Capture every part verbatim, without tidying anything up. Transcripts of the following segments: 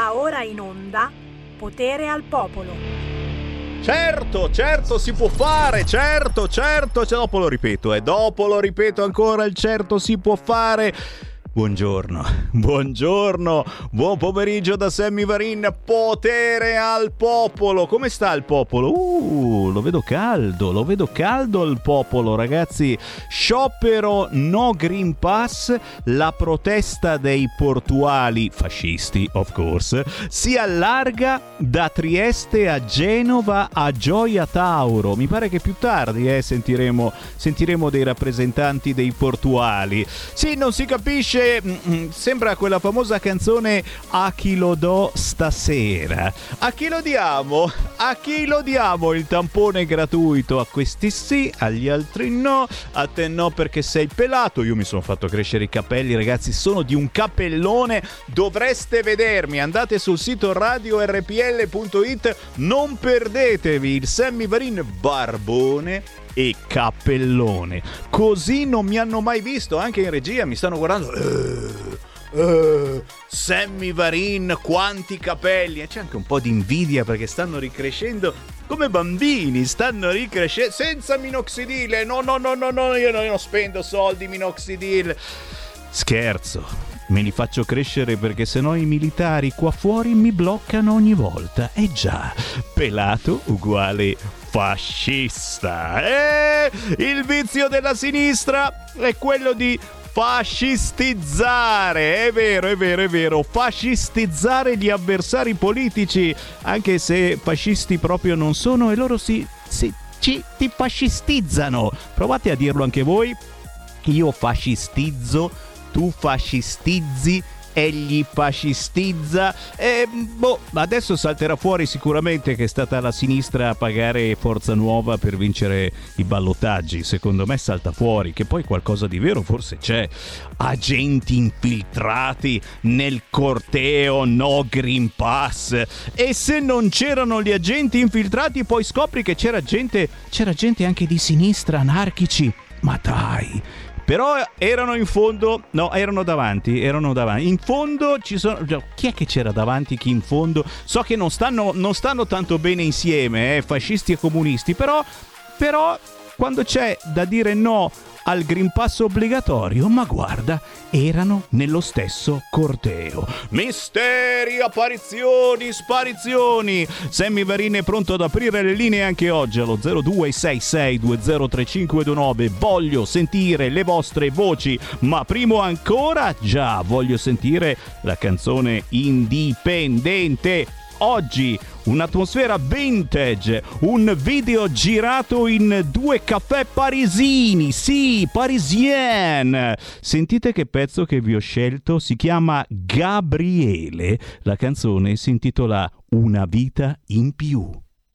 Va ora in onda Potere al Popolo. Certo, certo, si può fare, certo, certo, cioè, dopo lo ripeto, e eh, dopo lo ripeto ancora, il certo si può fare. Buongiorno, buongiorno, buon pomeriggio da Sammy Varin, potere al popolo. Come sta il popolo? Uh, lo vedo caldo, lo vedo caldo il popolo, ragazzi. Sciopero no Green Pass, la protesta dei portuali fascisti, of course, si allarga da Trieste a Genova a Gioia Tauro. Mi pare che più tardi eh, sentiremo, sentiremo dei rappresentanti dei portuali. Sì, non si capisce. Sembra quella famosa canzone A chi lo do stasera. A chi lo diamo? A chi lo diamo il tampone gratuito? A questi sì, agli altri no. A te no perché sei pelato. Io mi sono fatto crescere i capelli, ragazzi, sono di un capellone. Dovreste vedermi. Andate sul sito radio erre pi elle punto it. Non perdetevi il Sammy Varin barbone e cappellone. Così non mi hanno mai visto. Anche in regia mi stanno guardando. uh, uh, Sammy Varin, quanti capelli. E c'è anche un po' di invidia perché stanno ricrescendo come bambini, stanno ricrescendo senza minoxidil. No no no no no, io non, io non spendo soldi minoxidil. Scherzo, me li faccio crescere perché sennò i militari qua fuori mi bloccano ogni volta. E già, pelato uguale fascista. E il vizio della sinistra è quello di fascistizzare. È vero, è vero, è vero. Fascistizzare gli avversari politici, anche se fascisti proprio non sono, e loro si, si ci ti fascistizzano. Provate a dirlo anche voi. Io fascistizzo, tu fascistizzi, egli fascistizza. E boh, adesso salterà fuori sicuramente che è stata la sinistra a pagare Forza Nuova per vincere i ballottaggi. Secondo me salta fuori che poi qualcosa di vero forse c'è. Agenti infiltrati nel corteo no Green Pass. E se non c'erano gli agenti infiltrati, poi scopri che c'era gente, c'era gente anche di sinistra, anarchici. Ma dai. Però erano in fondo, no, erano davanti, erano davanti. In fondo ci sono, chi è che c'era davanti, chi in fondo? So che non stanno, non stanno tanto bene insieme, eh, fascisti e comunisti, però, però quando c'è da dire no al Green Pass obbligatorio, ma guarda, erano nello stesso corteo. Misteri, apparizioni, sparizioni. Sammy Varin è pronto ad aprire le linee anche oggi allo zero due sei sei due zero tre cinque due nove. Voglio sentire le vostre voci, ma prima ancora, già, voglio sentire la canzone indipendente. Oggi un'atmosfera vintage, un video girato in due caffè parisini, sì, parisien. Sentite che pezzo che vi ho scelto, si chiama Gabriele, la canzone si intitola Una vita in più.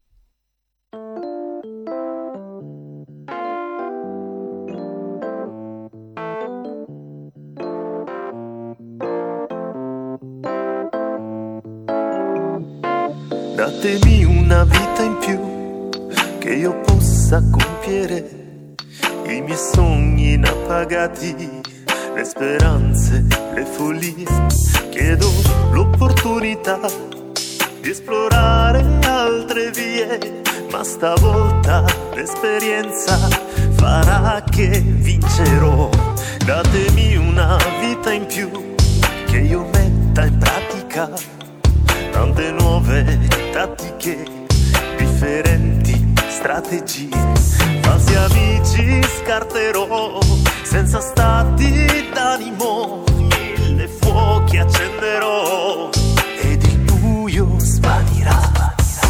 Datemi una vita in più che io possa compiere i miei sogni inappagati, le speranze, le follie. Chiedo l'opportunità di esplorare altre vie, ma stavolta l'esperienza farà che vincerò. Datemi una vita in più che io metta in pratica tante nuove tattiche, differenti strategie. Falsi amici scarterò, senza stati d'animo, mille fuochi accenderò ed il buio svanirà.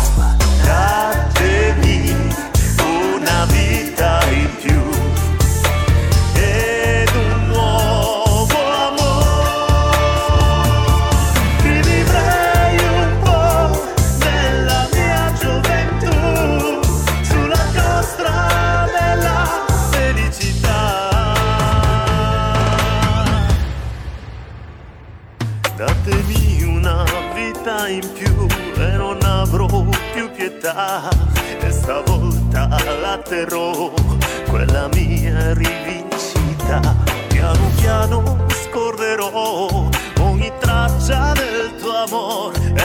Datemi una vita in più ed un nuovo amore. Rivivrei un po' della mia gioventù sulla costa della felicità. Datemi una vita in più e non avrò più pietà, e stavolta la terrò, quella mia rivincita. Piano piano scorrerò ogni traccia del tuo amore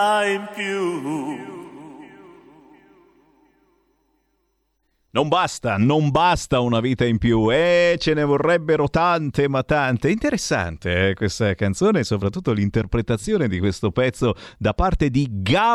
vita in più. Non basta, non basta una vita in più, eh, ce ne vorrebbero tante, ma tante. Interessante eh, questa canzone, soprattutto l'interpretazione di questo pezzo da parte di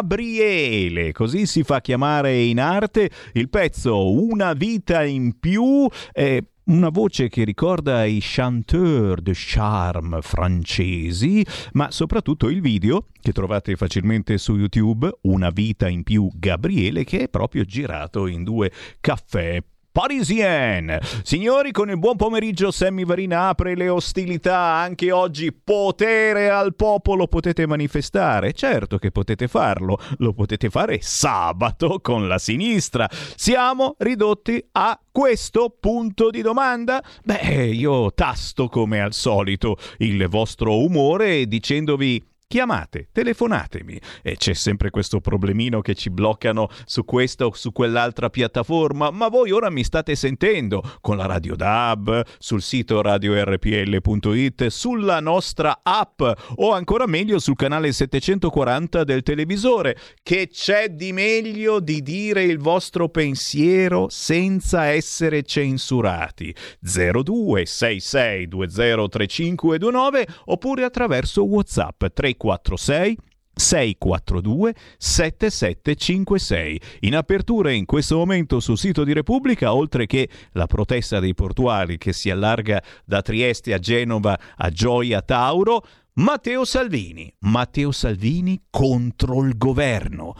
Gabriele, così si fa chiamare in arte il pezzo Una vita in più. Eh, Una voce che ricorda i chanteur de charme francesi, ma soprattutto il video che trovate facilmente su YouTube, Una vita in più Gabriele, che è proprio girato in due caffè parisienne. Signori, con il buon pomeriggio Sammy Varina apre le ostilità. Anche oggi potere al popolo, potete manifestare, certo che potete farlo, lo potete fare sabato con la sinistra. Siamo ridotti a questo punto di domanda? Beh, io tasto come al solito il vostro umore dicendovi: chiamate, telefonatemi. E c'è sempre questo problemino che ci bloccano su questa o su quell'altra piattaforma, ma voi ora mi state sentendo con la Radio D A B, sul sito radio r p l punto i t, sulla nostra app o ancora meglio sul canale settecentoquaranta del televisore. Che c'è di meglio di dire il vostro pensiero senza essere censurati? zero due sei sei due zero tre cinque due nove oppure attraverso WhatsApp tre quattro sei sei quattro due sette sette cinque sei. In apertura in questo momento sul sito di Repubblica, oltre che la protesta dei portuali che si allarga da Trieste a Genova a Gioia Tauro, Matteo Salvini. Matteo Salvini contro il governo,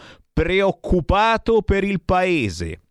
preoccupato per il paese.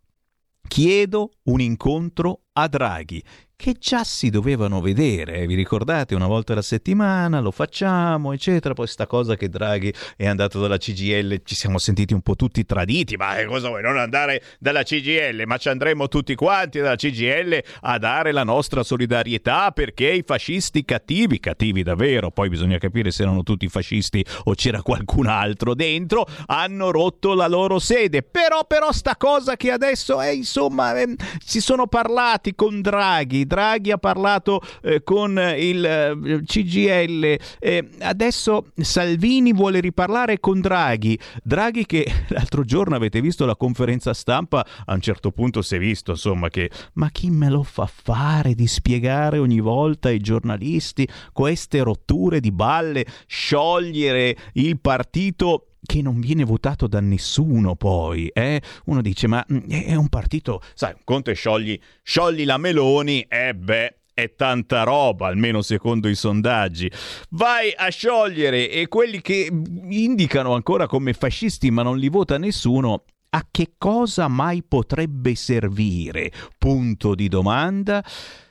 Chiedo un incontro a Draghi, che già si dovevano vedere, vi ricordate, una volta alla settimana, lo facciamo, eccetera. Poi sta cosa che Draghi è andato dalla C G I L, ci siamo sentiti un po' tutti traditi, ma cosa vuoi, non andare dalla C G I L? Ma ci andremo tutti quanti dalla C G I L a dare la nostra solidarietà perché i fascisti cattivi, cattivi davvero, poi bisogna capire se erano tutti fascisti o c'era qualcun altro dentro, hanno rotto la loro sede. Però, però sta cosa che adesso è, insomma, eh, si sono parlati con Draghi, Draghi ha parlato eh, con il eh, C G I L, eh, adesso Salvini vuole riparlare con Draghi. Draghi che l'altro giorno avete visto la conferenza stampa, a un certo punto si è visto insomma che ma chi me lo fa fare di spiegare ogni volta ai giornalisti queste rotture di balle, sciogliere il partito che non viene votato da nessuno poi, eh? Uno dice ma è un partito, sai, un conto è sciogli, sciogli la Meloni, e eh beh, è tanta roba, almeno secondo i sondaggi. Vai a sciogliere e quelli che indicano ancora come fascisti ma non li vota nessuno, a che cosa mai potrebbe servire? Punto di domanda.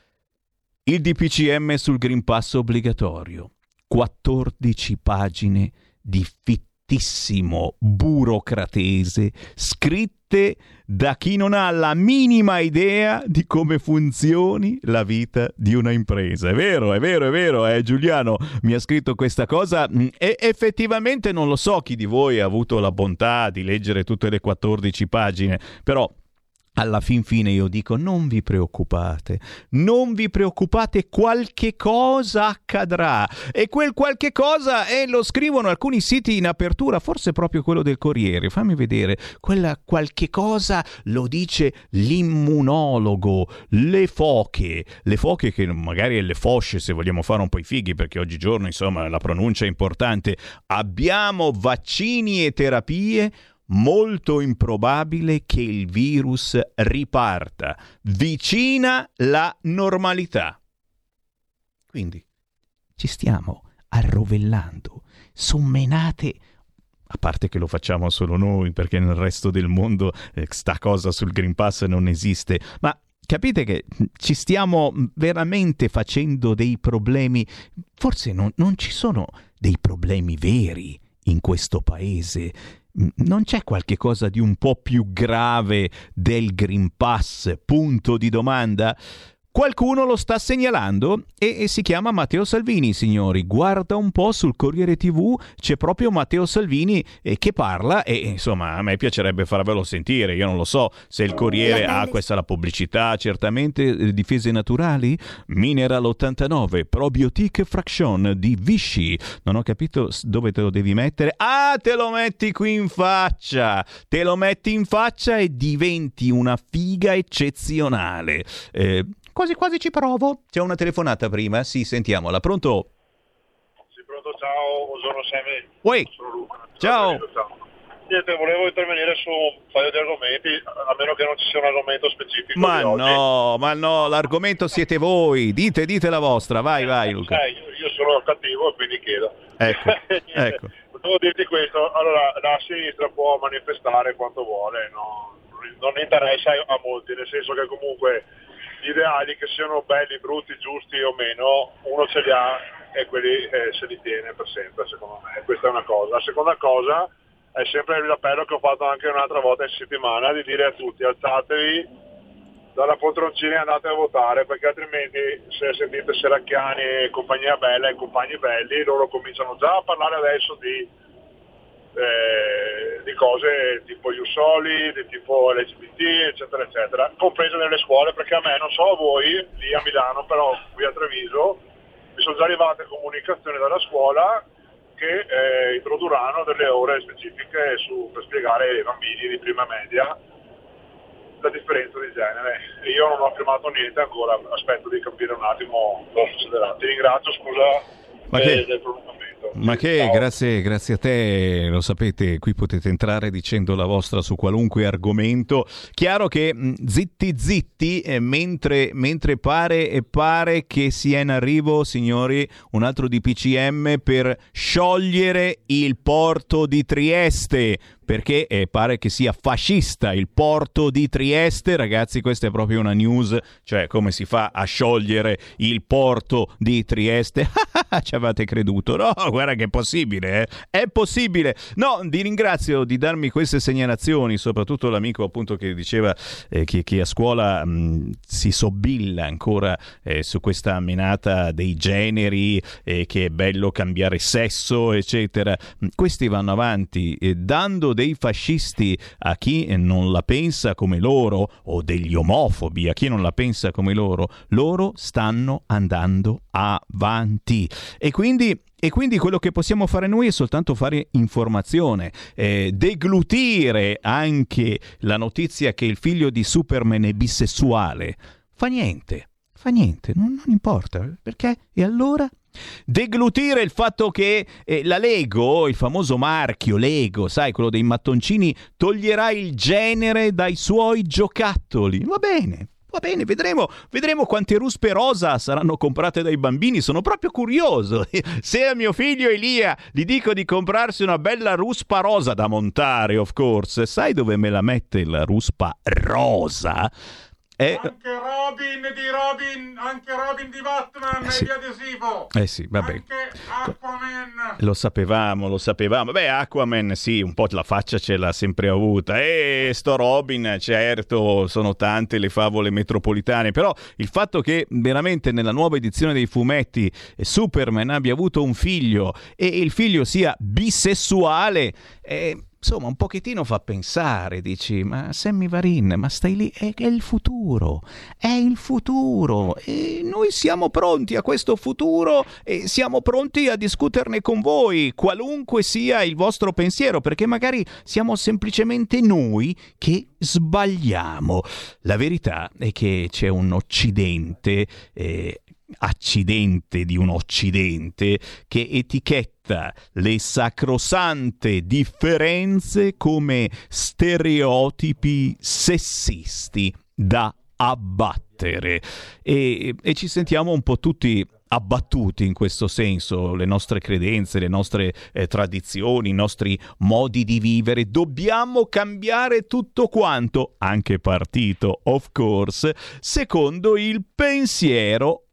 Il D P C M sul Green Pass obbligatorio, quattordici pagine di fittissimo burocratese scritte da chi non ha la minima idea di come funzioni la vita di una impresa. È vero, è vero, è vero, eh, Giuliano mi ha scritto questa cosa e effettivamente non lo so chi di voi ha avuto la bontà di leggere tutte le quattordici pagine, però alla fin fine io dico non vi preoccupate, non vi preoccupate, qualche cosa accadrà e quel qualche cosa eh, lo scrivono alcuni siti in apertura, forse proprio quello del Corriere, fammi vedere, quella qualche cosa lo dice l'immunologo, le foche, le foche che magari è le fosce se vogliamo fare un po' i fighi perché oggigiorno insomma la pronuncia è importante, abbiamo vaccini e terapie, molto improbabile che il virus riparta, vicina la normalità. Quindi ci stiamo arrovellando, sommenate, a parte che lo facciamo solo noi perché nel resto del mondo eh, sta cosa sul Green Pass non esiste, ma capite che ci stiamo veramente facendo dei problemi, forse non, non ci sono dei problemi veri in questo paese. Non c'è qualche cosa di un po' più grave del Green Pass? Punto di domanda. qualcuno lo sta segnalando e, e si chiama Matteo Salvini, signori. Guarda un po' sul Corriere tivù, c'è proprio Matteo Salvini eh, che parla e insomma a me piacerebbe farvelo sentire. Io non lo so se il Corriere ha questa la pubblicità, certamente eh, difese naturali, Mineral ottantanove, Probiotic Fraction di Vichy. Non ho capito dove te lo devi mettere. Ah, te lo metti qui in faccia, te lo metti in faccia e diventi una figa eccezionale. Eh, quasi quasi ci provo. C'è una telefonata prima? Sì, sentiamola. Pronto? Sì, pronto, ciao, buongiorno Sammy. Uè. Sono Luca. Ciao. Ciao. Niente, volevo intervenire su un paio di argomenti, a meno che non ci sia un argomento specifico. Ma no, ma no, l'argomento siete voi. Dite, dite la vostra. Vai, vai Luca. Eh, io, io sono cattivo e quindi chiedo. Ecco, ecco. Volevo dirti questo, allora la sinistra può manifestare quanto vuole, no? Non interessa a molti, nel senso che comunque gli ideali, che siano belli, brutti, giusti o meno, uno ce li ha e quelli eh, se li tiene per sempre, secondo me. Questa è una cosa. La seconda cosa è sempre l'appello che ho fatto anche un'altra volta in settimana, di dire a tutti: alzatevi dalla poltroncina e andate a votare, perché altrimenti, se sentite Serracchiani e compagnia bella e compagni belli, loro cominciano già a parlare adesso di Eh, di cose tipo Iussoli, di tipo L G B T, eccetera eccetera, comprese nelle scuole, perché a me, non so a voi lì a Milano, però qui a Treviso mi sono già arrivate comunicazioni dalla scuola che eh, introdurranno delle ore specifiche su, per spiegare ai bambini di prima media la differenza di genere. E io non ho firmato niente ancora, aspetto di capire un attimo cosa succederà. Ti ringrazio, scusa Ma eh, che... del pronunciamento. Ma che, grazie, grazie a te, lo sapete, qui potete entrare dicendo la vostra su qualunque argomento. Chiaro che mh, zitti zitti, eh, mentre, mentre pare e pare che sia in arrivo, signori, un altro D P C M per sciogliere il porto di Trieste, perché eh, pare che sia fascista il porto di Trieste. Ragazzi, questa è proprio una news, cioè come si fa a sciogliere il porto di Trieste? Ci avete creduto? No, guarda che è possibile, eh? È possibile. No, vi ringrazio di darmi queste segnalazioni, soprattutto l'amico appunto che diceva eh, che, che a scuola mh, si sobilla ancora eh, su questa menata dei generi, eh, che è bello cambiare sesso, eccetera. Questi vanno avanti eh, dando dei fascisti a chi non la pensa come loro, o degli omofobi a chi non la pensa come loro. Loro stanno andando avanti e quindi E quindi quello che possiamo fare noi è soltanto fare informazione, eh, deglutire anche la notizia che il figlio di Superman è bisessuale. Fa niente, fa niente, non, non importa, perché? E allora? Deglutire il fatto che eh, la Lego, il famoso marchio Lego, sai, quello dei mattoncini, toglierà il genere dai suoi giocattoli. Va bene. Va bene, vedremo, vedremo quante ruspe rosa saranno comprate dai bambini. Sono proprio curioso. Se a mio figlio Elia gli dico di comprarsi una bella ruspa rosa da montare, of course, sai dove me la mette la ruspa rosa? Eh, anche Robin di Robin, anche Robin di Batman eh sì. è di adesivo. Eh sì, vabbè. Anche Aquaman. Lo sapevamo, lo sapevamo. Beh, Aquaman sì, un po' la faccia ce l'ha sempre avuta. E sto Robin, certo, sono tante le favole metropolitane, però il fatto che veramente nella nuova edizione dei fumetti Superman abbia avuto un figlio e il figlio sia bisessuale, eh, insomma, un pochettino fa pensare, dici, ma Sammy Varin, ma stai lì, è, è il futuro, è il futuro, e noi siamo pronti a questo futuro e siamo pronti a discuterne con voi, qualunque sia il vostro pensiero, perché magari siamo semplicemente noi che sbagliamo. La verità è che c'è un Occidente, eh, accidente di un Occidente, che etichetta le sacrosante differenze come stereotipi sessisti da abbattere e, e ci sentiamo un po' tutti abbattuti in questo senso. Le nostre credenze, le nostre eh, tradizioni, i nostri modi di vivere, dobbiamo cambiare tutto quanto, anche partito of course, secondo il pensiero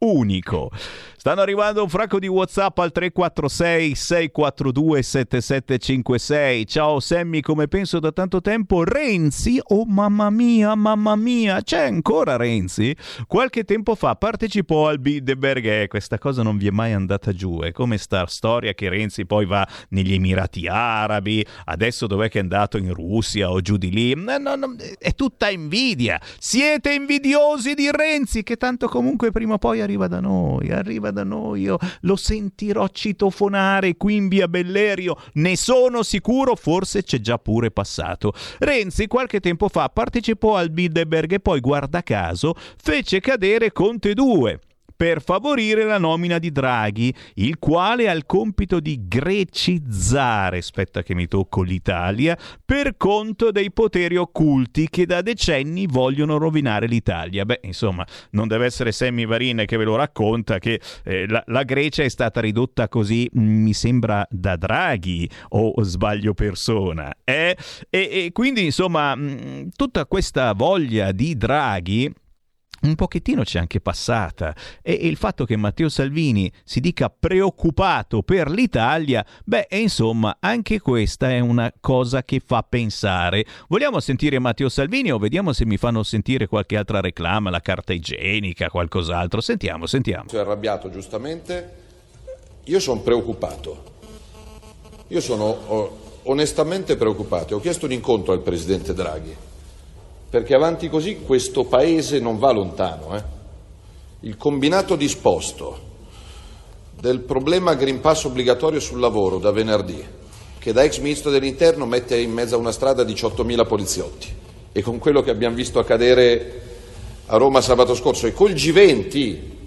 unico. Stanno arrivando un fracco di WhatsApp al tre quattro sei sei quattro due sette sette cinque sei. Ciao Sammy, come penso da tanto tempo, Renzi, oh mamma mia, mamma mia, c'è ancora Renzi? Qualche tempo fa partecipò al Bilderberg e questa cosa non vi è mai andata giù. È come sta storia che Renzi poi va negli Emirati Arabi, adesso dov'è che è andato, in Russia o giù di lì? No, no, no, è tutta invidia. Siete invidiosi di Renzi, che tanto comunque prima o poi arriva da noi, arriva da noi, io lo sentirò citofonare qui in via Bellerio, ne sono sicuro, forse c'è già pure passato. Renzi qualche tempo fa partecipò al Bilderberg e poi, guarda caso, fece cadere Conte due per favorire la nomina di Draghi, il quale ha il compito di grecizzare, aspetta che mi tocco, l'Italia per conto dei poteri occulti che da decenni vogliono rovinare l'Italia. Beh, insomma, non deve essere Sammy Varin che ve lo racconta che eh, la, la Grecia è stata ridotta così, mh, mi sembra, da Draghi, o sbaglio persona, eh? E, e quindi, insomma, mh, tutta questa voglia di Draghi un pochettino c'è anche passata, e il fatto che Matteo Salvini si dica preoccupato per l'Italia, beh, e insomma, anche questa è una cosa che fa pensare. Vogliamo sentire Matteo Salvini o vediamo se mi fanno sentire qualche altra reclama, la carta igienica, qualcos'altro? Sentiamo, sentiamo. Si è arrabbiato giustamente. Io sono preoccupato. Io sono onestamente preoccupato. Ho chiesto un incontro al Presidente Draghi, perché avanti così questo Paese non va lontano. Eh? Il combinato disposto del problema Green Pass obbligatorio sul lavoro da venerdì, che da ex Ministro dell'Interno mette in mezzo a una strada diciottomila poliziotti, e con quello che abbiamo visto accadere a Roma sabato scorso, e col G venti,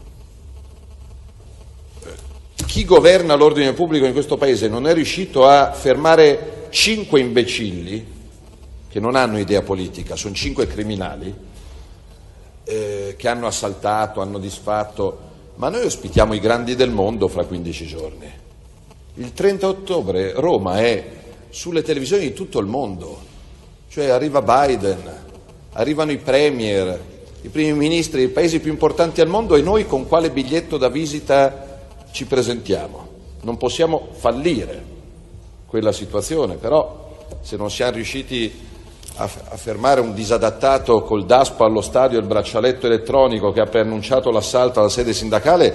chi governa l'ordine pubblico in questo Paese non è riuscito a fermare cinque imbecilli che non hanno idea politica, sono cinque criminali eh, che hanno assaltato, hanno disfatto, ma noi ospitiamo i grandi del mondo fra quindici giorni. Il trenta ottobre Roma è sulle televisioni di tutto il mondo, cioè arriva Biden, arrivano i premier, i primi ministri dei paesi più importanti al mondo, e noi con quale biglietto da visita ci presentiamo? Non possiamo fallire quella situazione, però se non siamo riusciti a fermare un disadattato col DASPO allo stadio e il braccialetto elettronico che ha preannunciato l'assalto alla sede sindacale,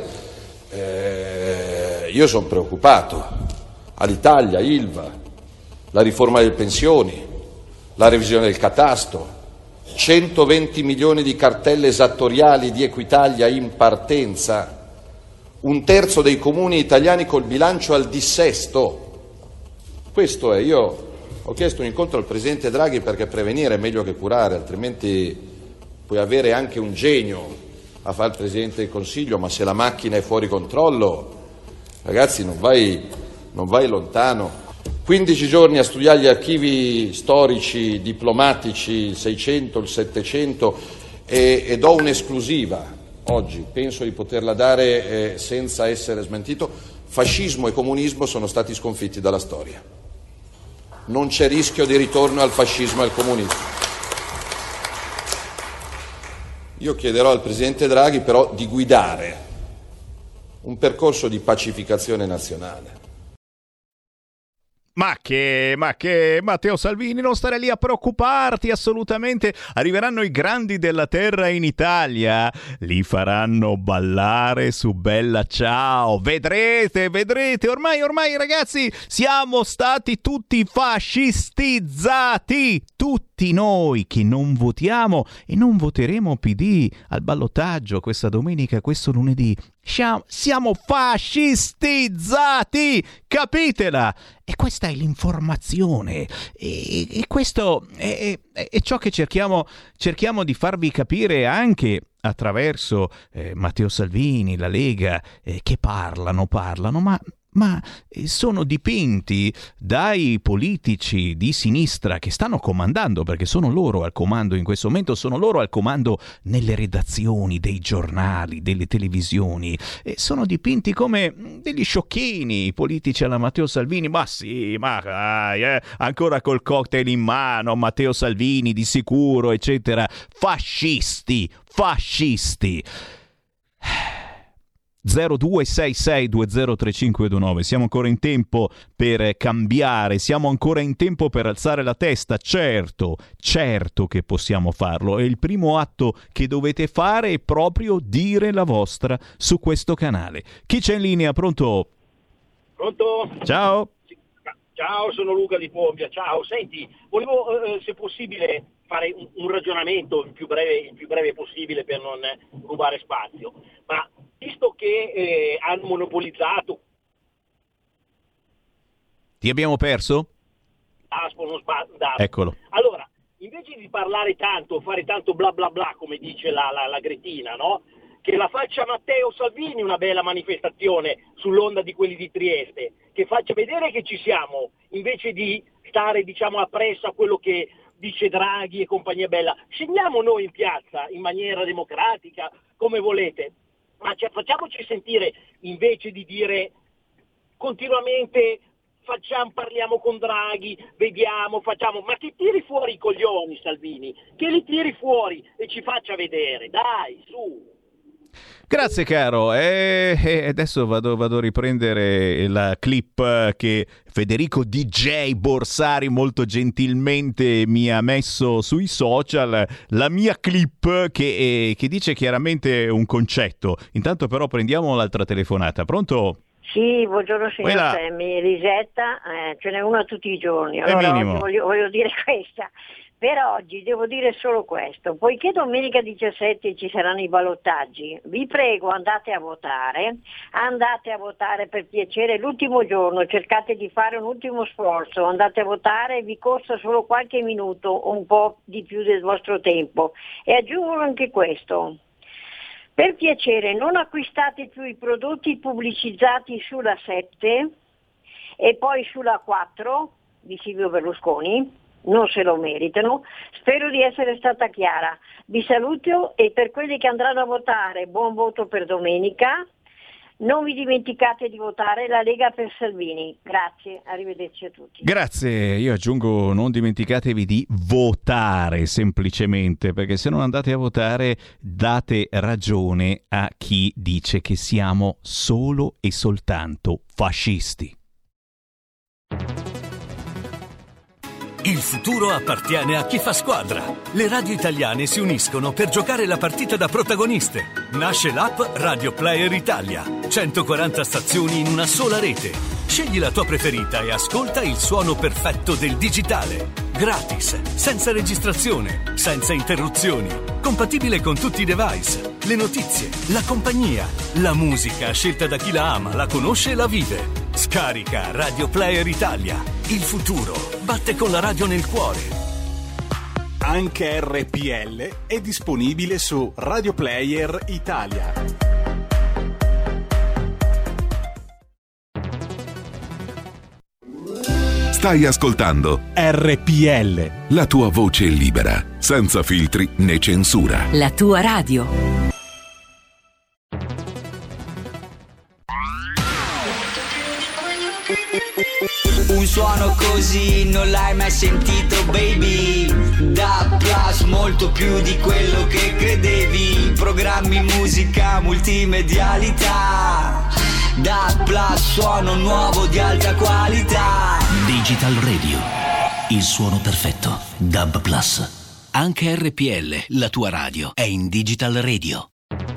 eh, io sono preoccupato. All'Italia, Ilva, la riforma delle pensioni, la revisione del catasto, centoventi milioni di cartelle esattoriali di Equitalia in partenza, un terzo dei comuni italiani col bilancio al dissesto. Questo è, io ho chiesto un incontro al Presidente Draghi perché prevenire è meglio che curare, altrimenti puoi avere anche un genio a fare il Presidente del Consiglio, ma se la macchina è fuori controllo, ragazzi, non vai, non vai lontano. quindici giorni a studiare gli archivi storici, diplomatici, il Seicento, il Settecento, e, e do un'esclusiva oggi, penso di poterla dare eh, senza essere smentito: fascismo e comunismo sono stati sconfitti dalla storia. Non c'è rischio di ritorno al fascismo e al comunismo. Io chiederò al Presidente Draghi però di guidare un percorso di pacificazione nazionale. Ma che, ma che, Matteo Salvini, non stare lì a preoccuparti, assolutamente. Arriveranno i grandi della terra in Italia, li faranno ballare su Bella Ciao, vedrete, vedrete, ormai, ormai ragazzi, siamo stati tutti fascistizzati, tutti noi che non votiamo e non voteremo P D al ballottaggio questa domenica, questo lunedì. Siamo fascistizzati, capitela? E questa è l'informazione, e, e questo è, è, è ciò che cerchiamo, cerchiamo di farvi capire anche attraverso eh, Matteo Salvini, la Lega, eh, che parlano, parlano, ma... ma sono dipinti dai politici di sinistra che stanno comandando, perché sono loro al comando in questo momento, sono loro al comando nelle redazioni dei giornali, delle televisioni, e sono dipinti come degli sciocchini, i politici alla Matteo Salvini. Ma sì, ma dai, eh, ancora col cocktail in mano, Matteo Salvini di sicuro, eccetera. Fascisti, fascisti. zero due sei sei due zero tre cinque due nove. Siamo ancora in tempo per cambiare, siamo ancora in tempo per alzare la testa. Certo, certo che possiamo farlo. E il primo atto che dovete fare è proprio dire la vostra su questo canale. Chi c'è in linea? Pronto? Pronto? Ciao. Ciao, sono Luca di Pompia. Ciao, senti, volevo eh, se possibile fare un, un ragionamento il più breve, il più breve possibile per non rubare spazio. Ma visto che eh, hanno monopolizzato... Ti abbiamo perso? Daspo, non sba- Daspo. Eccolo. Allora, invece di parlare tanto, fare tanto bla bla bla, come dice la, la, la Gretina, no? Che la faccia Matteo Salvini una bella manifestazione sull'onda di quelli di Trieste, che faccia vedere che ci siamo, invece di stare, diciamo, appresso a quello che dice Draghi e compagnia bella. Scendiamo noi in piazza in maniera democratica, come volete, ma cioè, facciamoci sentire, invece di dire continuamente facciamo, parliamo con Draghi, vediamo, facciamo, ma che tiri fuori i coglioni Salvini, che li tiri fuori e ci faccia vedere, dai, su. Grazie caro, e e adesso vado, vado a riprendere la clip che Federico D J Borsari molto gentilmente mi ha messo sui social, la mia clip che, eh, che dice chiaramente un concetto. Intanto però prendiamo l'altra telefonata. Pronto? Sì, buongiorno signor Quella... Semmi, Elisetta, eh, ce n'è una tutti i giorni. Allora oggi voglio, voglio dire questa. Per oggi devo dire solo questo, poiché domenica diciassette ci saranno i ballottaggi, vi prego andate a votare, andate a votare per piacere l'ultimo giorno, cercate di fare un ultimo sforzo, andate a votare, vi costa solo qualche minuto o un po' di più del vostro tempo. E aggiungo anche questo, per piacere non acquistate più i prodotti pubblicizzati sulla sette e poi sulla quattro di Silvio Berlusconi, non se lo meritano. Spero di essere stata chiara. Vi saluto e per quelli che andranno a votare, buon voto per domenica. Non vi dimenticate di votare la Lega per Salvini. Grazie, arrivederci a tutti. Grazie, io aggiungo non dimenticatevi di votare semplicemente, perché se non andate a votare date ragione a chi dice che siamo solo e soltanto fascisti. Il futuro appartiene a chi fa squadra. Le radio italiane si uniscono per giocare la partita da protagoniste. Nasce l'app Radio Player Italia. centoquaranta stazioni in una sola rete. Scegli la tua preferita e ascolta il suono perfetto del digitale. Gratis, senza registrazione, senza interruzioni. Compatibile con tutti i device. Le notizie, la compagnia, la musica scelta da chi la ama, la conosce e la vive. Scarica Radio Player Italia. Il futuro batte con la radio nel cuore. Anche R P L è disponibile su Radio Player Italia. Stai ascoltando R P L, la tua voce libera, senza filtri né censura. La tua radio. Un suono così non l'hai mai sentito, baby. Da Plus, molto più di quello che credevi. Programmi, musica, multimedialità. Da Plus, suono nuovo di alta qualità. Digital Radio, il suono perfetto. Dub Plus. Anche R P L, la tua radio, è in Digital Radio.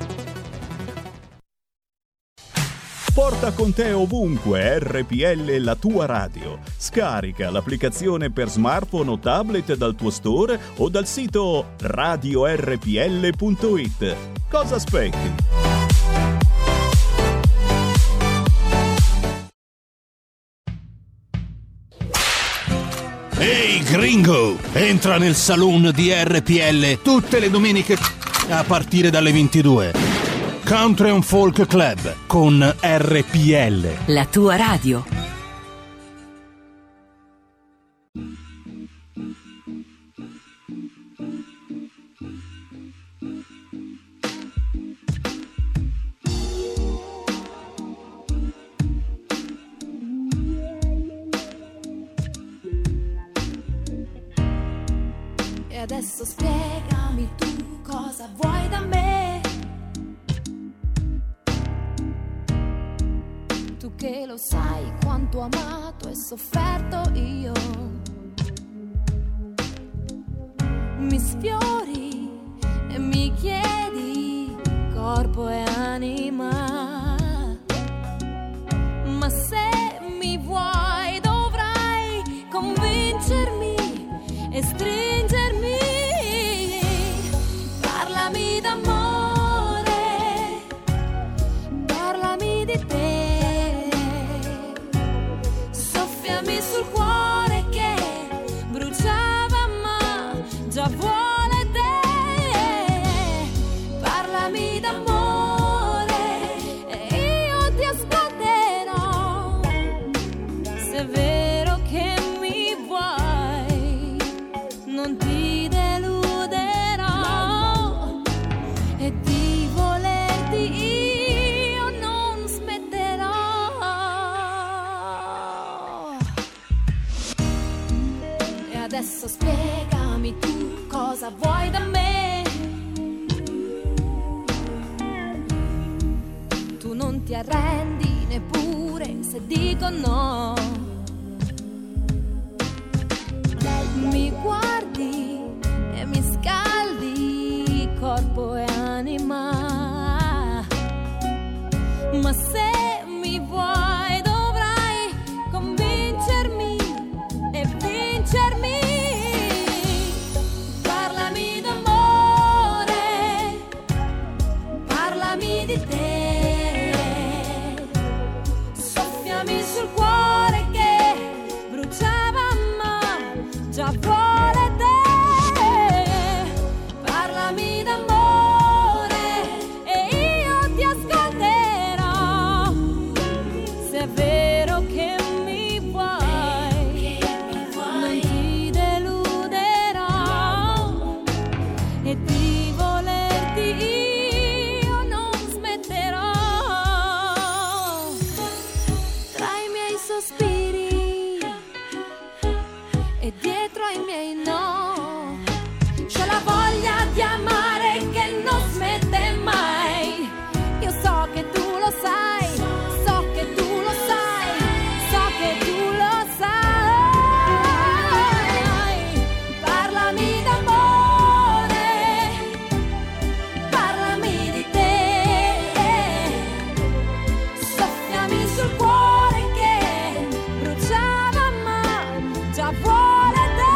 Porta con te ovunque R P L, la tua radio. Scarica l'applicazione per smartphone o tablet dal tuo store o dal sito radio r p l punto i t. Cosa aspetti? Ehi gringo, entra nel saloon di R P L tutte le domeniche a partire dalle ventidue. Country and Folk Club con R P L, la tua radio. E adesso spiegami tu cosa vuoi da me. che lo sai quanto amato e sofferto io. Mi sfiori e mi chiedi corpo e anima, ma se mi vuoi dovrai convincermi e stringermi. Parlami d'amore, parlami di te, soffiami sul cuore che bruciava ma già vuole te. Parlami d'amore e io ti ascolterò, se è vero che mi vuoi non ti deluderò, e di volerti io non smetterò. E adesso spiegami tu cosa vuoi da me. Tu non ti arrendi neppure se dico no. Mi guardi e mi scaldi corpo e anima, ma se mi vuoi dovrai convincermi e vincermi. Parlami d'amore, parlami di te, soffiami sul cuore che bruciava ma già vuole te. Parlami d'amore e io ti ascolterò, se è vero che mi vuoi non ti deluderò, e di volerti io non smetterò. Tra i miei sospiri e dietro ai miei no c'è la voglia di amare che non smette mai. Io so che tu lo sai, so che tu lo sai, so che tu lo sai. Parlami d'amore, parlami di te, soffiami sul cuore che bruciava ma già vuole te.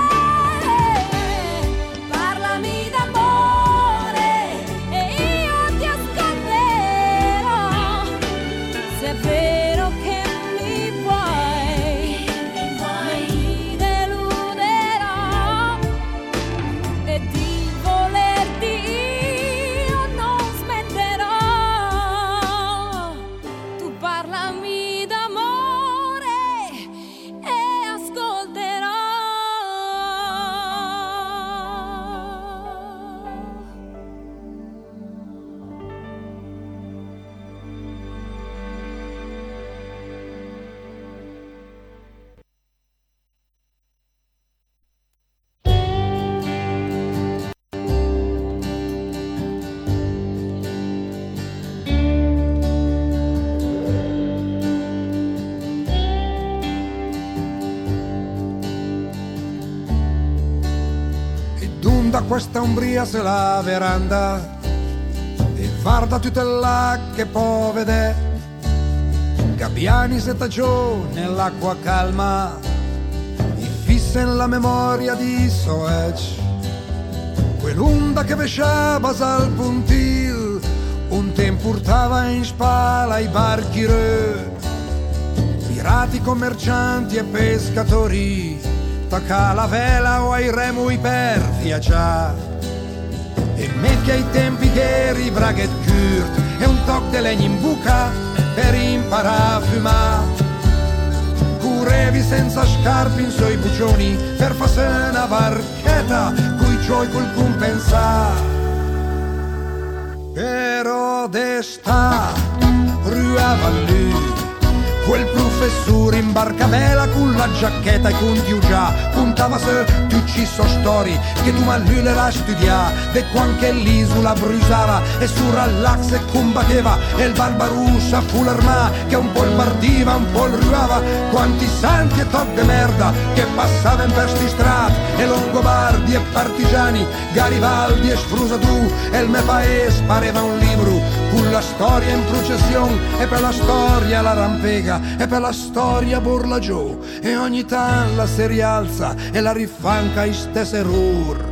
Parlami d'amore e io ti ascolterò, se è vero che mi vuoi non ti deluderò, e di volerti io non smetterò. Tu parlami d'amore e ascolterò. Da questa ombria se la veranda e guarda tutta là che può vedere gabbiani setta giù nell'acqua calma e fissa nella memoria di Soeg quell'onda che vesciava al puntil un tempo urtava in spalla i barchi re pirati, commercianti e pescatori tocca la vela o ai remui per viaggiare e metti ai tempi che eri braghet curt e un toc di legno in buca per imparare a fumare curevi senza scarpe in suoi bucioni per fare una barchetta cui c'hai qualcun pensare però d'esta ruava lui quel professore in barca vela con la giacchetta e con più già puntava se tu ci so storie che tu ma lui le la studia, de quando l'isola brusava e su relax e combatteva e il Barbarossa fu l'arma che un po' il partiva, un po' il ruava, quanti santi e top de merda che passavano per sti strati e Longobardi e partigiani, Garibaldi e Sfrusatù e il mio paese pareva un libro con la storia in processione e per la storia la rampega e per la storia borla giù e ogni tanto la si rialza e la rifanca i stesse errori.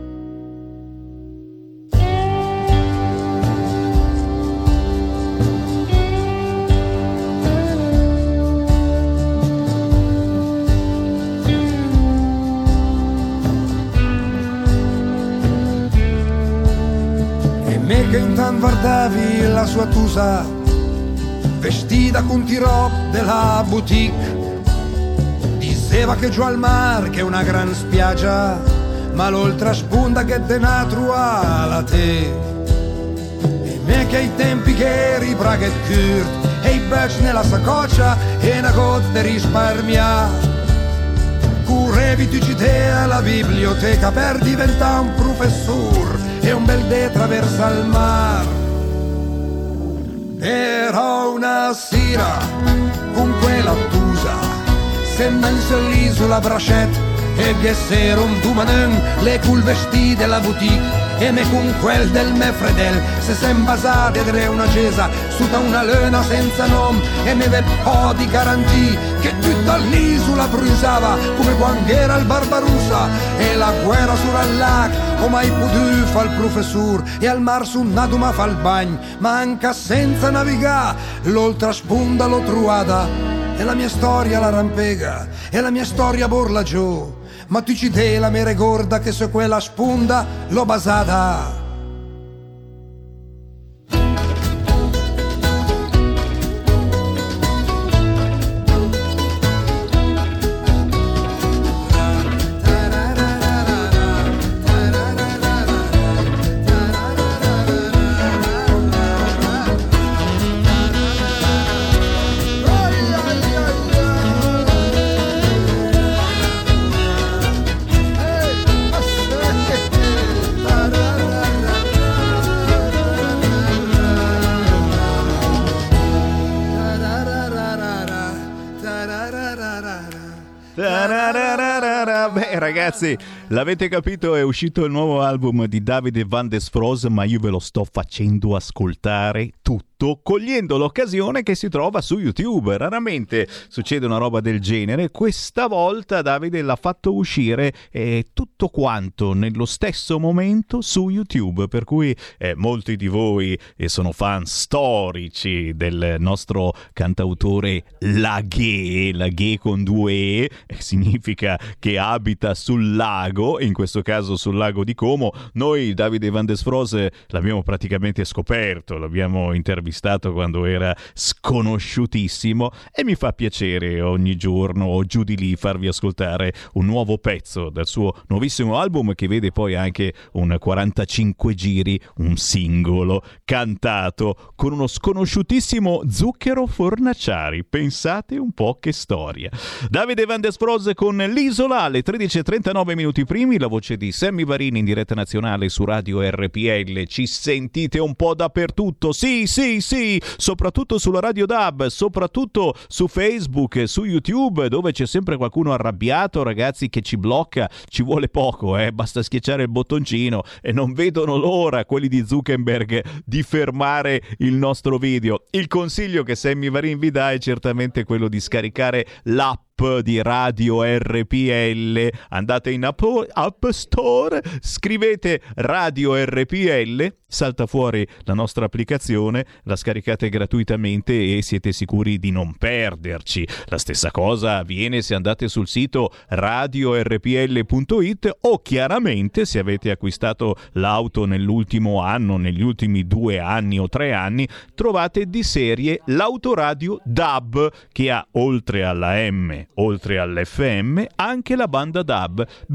Che intanto guardavi la sua tusa vestita con tirò della boutique, diceva che giù al mar che è una gran spiaggia ma l'oltre spunta che denatro alla te e me che ai tempi che eri braghet curt e i baci nella saccoccia e una cotta di risparmia curevi tu cite alla biblioteca per diventare un professore e un bel de traversa il mar. Era una sera con quella tusa sembra in sull'isola Brachet e che s'era un dumanen le cul vestiti della boutique e me con quel del me fredel se sem basate ed era una cesa su da una lena senza nome e me ve po' di garantì che tutta l'isola brusava come quando era il Barbarossa e la guerra sul lac o mai potuto fa il professor e al mar su naduma fa il bagno ma anche senza navigare l'oltre sponda l'ho trovata e la mia storia la rampega e la mia storia borla giù ma tu ci te la mia ricorda che su quella sponda l'ho basata. Beh ragazzi, l'avete capito, è uscito il nuovo album di Davide Van der Sfroos, ma io ve lo sto facendo ascoltare tutto, cogliendo l'occasione che si trova su YouTube. Raramente succede una roba del genere, questa volta Davide l'ha fatto uscire eh, tutto quanto nello stesso momento su YouTube, per cui eh, molti di voi eh, sono fan storici del nostro cantautore Laghe, Laghe con due E, eh, significa che abita sul lago, in questo caso sul lago di Como. Noi Davide Van der Sfroos l'abbiamo praticamente scoperto, l'abbiamo intervistato quando era sconosciutissimo e mi fa piacere ogni giorno o giù di lì farvi ascoltare un nuovo pezzo dal suo nuovissimo album, che vede poi anche un quarantacinque giri, un singolo cantato con uno sconosciutissimo Zucchero Fornaciari. Pensate un po' che storia. Davide Van der Sfroos con L'Isola alle tredici e trentanove minuti primi, la voce di Sammy Varini in diretta nazionale su Radio R P L. Ci sentite un po' dappertutto, sì sì sì, soprattutto sulla Radio D A B, soprattutto su Facebook, su YouTube, dove c'è sempre qualcuno arrabbiato, ragazzi, che ci blocca. Ci vuole poco, eh? Basta schiacciare il bottoncino e non vedono l'ora quelli di Zuckerberg di fermare il nostro video. Il consiglio che Sammy Varini vi dà è certamente quello di scaricare l'app di Radio R P L. Andate in App, App Store, scrivete Radio R P L, salta fuori la nostra applicazione, la scaricate gratuitamente e siete sicuri di non perderci. La stessa cosa avviene se andate sul sito radio r p l punto i t o chiaramente se avete acquistato l'auto nell'ultimo anno, negli ultimi due anni o tre anni, trovate di serie l'autoradio D A B, che ha oltre alla M, oltre all'F M, anche la banda D A B. Beh,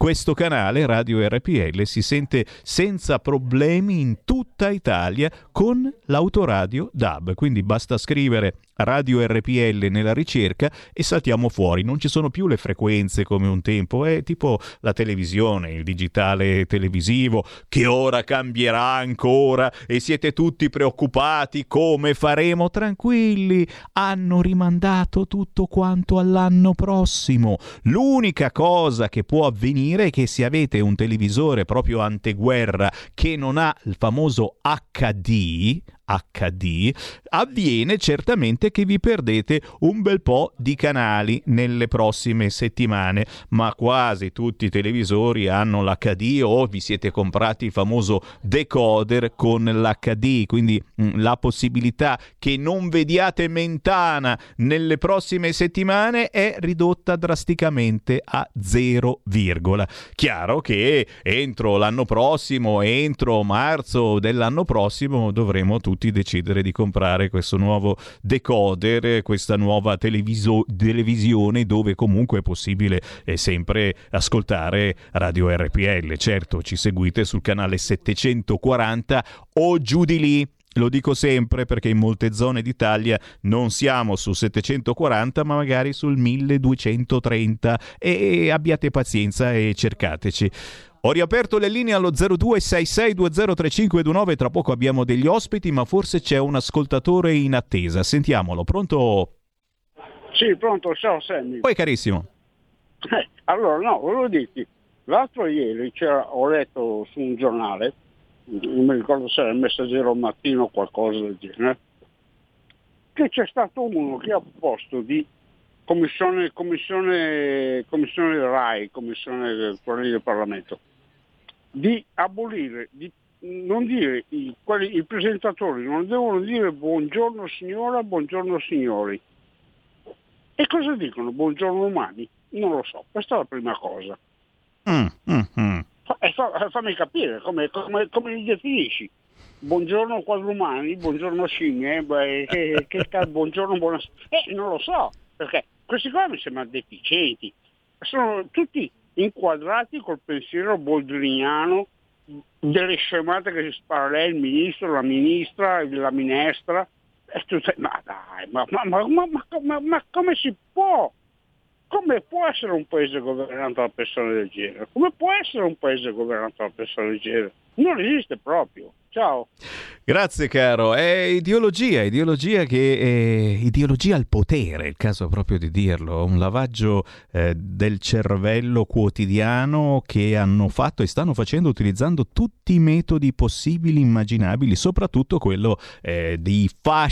questo canale Radio R P L si sente senza problemi in tutta Italia con l'autoradio D A B, quindi basta scrivere Radio R P L nella ricerca e saltiamo fuori. Non ci sono più le frequenze come un tempo, è tipo la televisione, il digitale televisivo che ora cambierà ancora e siete tutti preoccupati come faremo. Tranquilli, hanno rimandato tutto quanto all'anno prossimo. L'unica cosa che può avvenire è che se avete un televisore proprio anteguerra che non ha il famoso acca di acca di, avviene certamente che vi perdete un bel po' di canali nelle prossime settimane, ma quasi tutti i televisori hanno l'acca di o vi siete comprati il famoso decoder con l'acca di, quindi mh, la possibilità che non vediate Mentana nelle prossime settimane è ridotta drasticamente a zero virgola. Chiaro che entro l'anno prossimo, entro marzo dell'anno prossimo dovremo tutti decidere di comprare questo nuovo decoder, questa nuova televiso- televisione dove comunque è possibile eh, sempre ascoltare Radio R P L. Certo, ci seguite sul canale settecentoquaranta o giù di lì. Lo dico sempre perché in molte zone d'Italia non siamo su settecentoquaranta ma magari sul milleduecentotrenta e abbiate pazienza e cercateci. Ho riaperto le linee allo zero due sei sei due zero tre cinque due nove, tra poco abbiamo degli ospiti, ma forse c'è un ascoltatore in attesa. Sentiamolo, pronto? Sì, pronto, ciao Sammy. Poi carissimo. Eh, allora, no, volevo dirti, l'altro ieri c'era, ho letto su un giornale, non mi ricordo se era il Messaggero Mattino o qualcosa del genere, che c'è stato uno che ha proposto di commissione, commissione, commissione RAI, commissione del Parlamento, di abolire, di non dire, i, quelli, i presentatori non devono dire buongiorno signora, buongiorno signori. E cosa dicono? Buongiorno umani? Non lo so, questa è la prima cosa. Mm, mm, mm. E fa, fammi capire, come, come, come li definisci? Buongiorno quadrumani, buongiorno scimmie, beh, che, che, che, buongiorno buonasera. Eh, non lo so, perché questi qua mi sembrano deficienti. Sono tutti inquadrati col pensiero boldriniano delle scemate che si spara lei, il ministro, la ministra, la minestra. E tu sai, ma dai, ma, ma, ma, ma, ma, ma come si può? Come può essere un paese governato da persone del genere? Come può essere un paese governato da persone del genere? Non esiste proprio. Ciao. Grazie caro, è ideologia, ideologia che è ideologia al potere, è il caso proprio di dirlo, un lavaggio eh, del cervello quotidiano che hanno fatto e stanno facendo utilizzando tutti i metodi possibili, immaginabili, soprattutto quello eh, di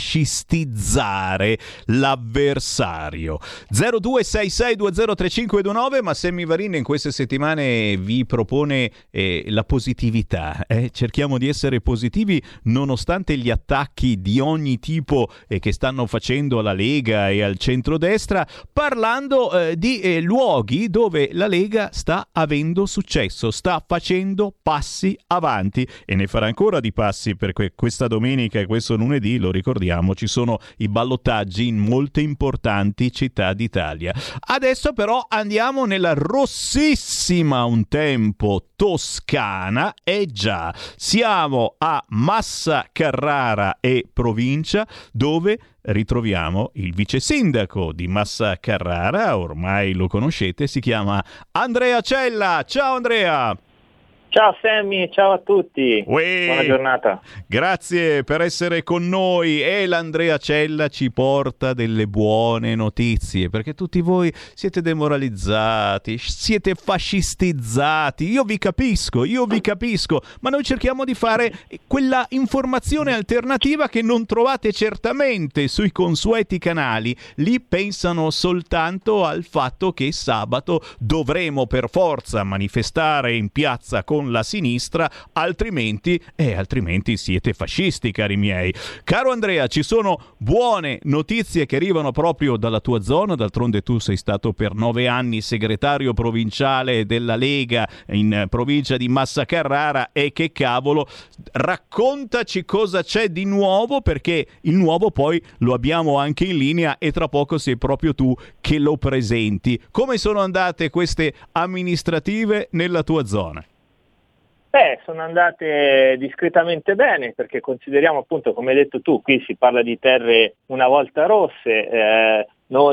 fascistizzare l'avversario. zero due sei sei due zero tre cinque due nove, ma Sammy Varin in queste settimane vi propone eh, la positività, eh? Cerchiamo di essere positivi nonostante gli attacchi di ogni tipo eh, che stanno facendo alla Lega e al centrodestra, parlando eh, di eh, luoghi dove la Lega sta avendo successo, sta facendo passi avanti e ne farà ancora di passi, perché questa domenica e questo lunedì, lo ricordiamo, ci sono i ballottaggi in molte importanti città d'Italia. Adesso però andiamo nella rossissima un tempo Toscana, e già siamo a Massa Carrara e provincia, dove ritroviamo il vice sindaco di Massa Carrara, ormai lo conoscete, si chiama Andrea Cella. Ciao Andrea! Ciao Sammy, ciao a tutti, Uè, buona giornata. Grazie per essere con noi e l'Andrea Cella ci porta delle buone notizie, perché tutti voi siete demoralizzati, siete fascistizzati, io vi capisco, io vi capisco, ma noi cerchiamo di fare quella informazione alternativa che non trovate certamente sui consueti canali. Lì pensano soltanto al fatto che sabato dovremo per forza manifestare in piazza con con la sinistra, altrimenti, eh, altrimenti siete fascisti, cari miei. Caro Andrea, ci sono buone notizie che arrivano proprio dalla tua zona, d'altronde tu sei stato per nove anni segretario provinciale della Lega in provincia di Massa Carrara, e che cavolo, raccontaci cosa c'è di nuovo, perché il nuovo poi lo abbiamo anche in linea e tra poco sei proprio tu che lo presenti. Come sono andate queste amministrative nella tua zona? Beh, sono andate discretamente bene, perché consideriamo appunto, come hai detto tu, qui si parla di terre una volta rosse, eh,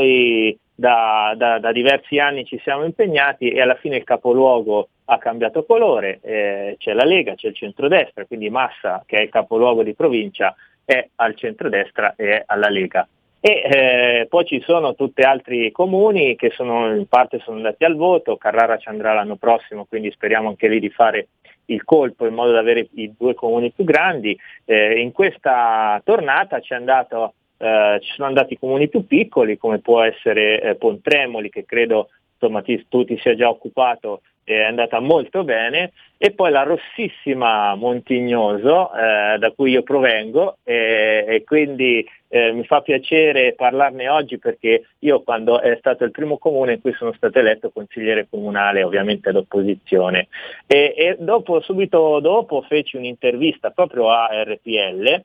noi da, da, da diversi anni ci siamo impegnati e alla fine il capoluogo ha cambiato colore, eh, c'è la Lega, c'è il centrodestra, quindi Massa, che è il capoluogo di provincia, è al centrodestra e è alla Lega. E eh, poi ci sono tutti altri comuni che sono in parte sono andati al voto, Carrara ci andrà l'anno prossimo, quindi speriamo anche lì di fare il colpo in modo da avere i due comuni più grandi. Eh, in questa tornata ci è andato, eh, ci sono andati i comuni più piccoli, come può essere eh, Pontremoli, che credo insomma ti, tu ti sia già occupato, è andata molto bene, e poi la rossissima Montignoso, eh, da cui io provengo, eh, e quindi eh, mi fa piacere parlarne oggi, perché io, quando è stato il primo comune in cui sono stato eletto consigliere comunale, ovviamente d'opposizione, e, e dopo, subito dopo feci un'intervista proprio a R P L,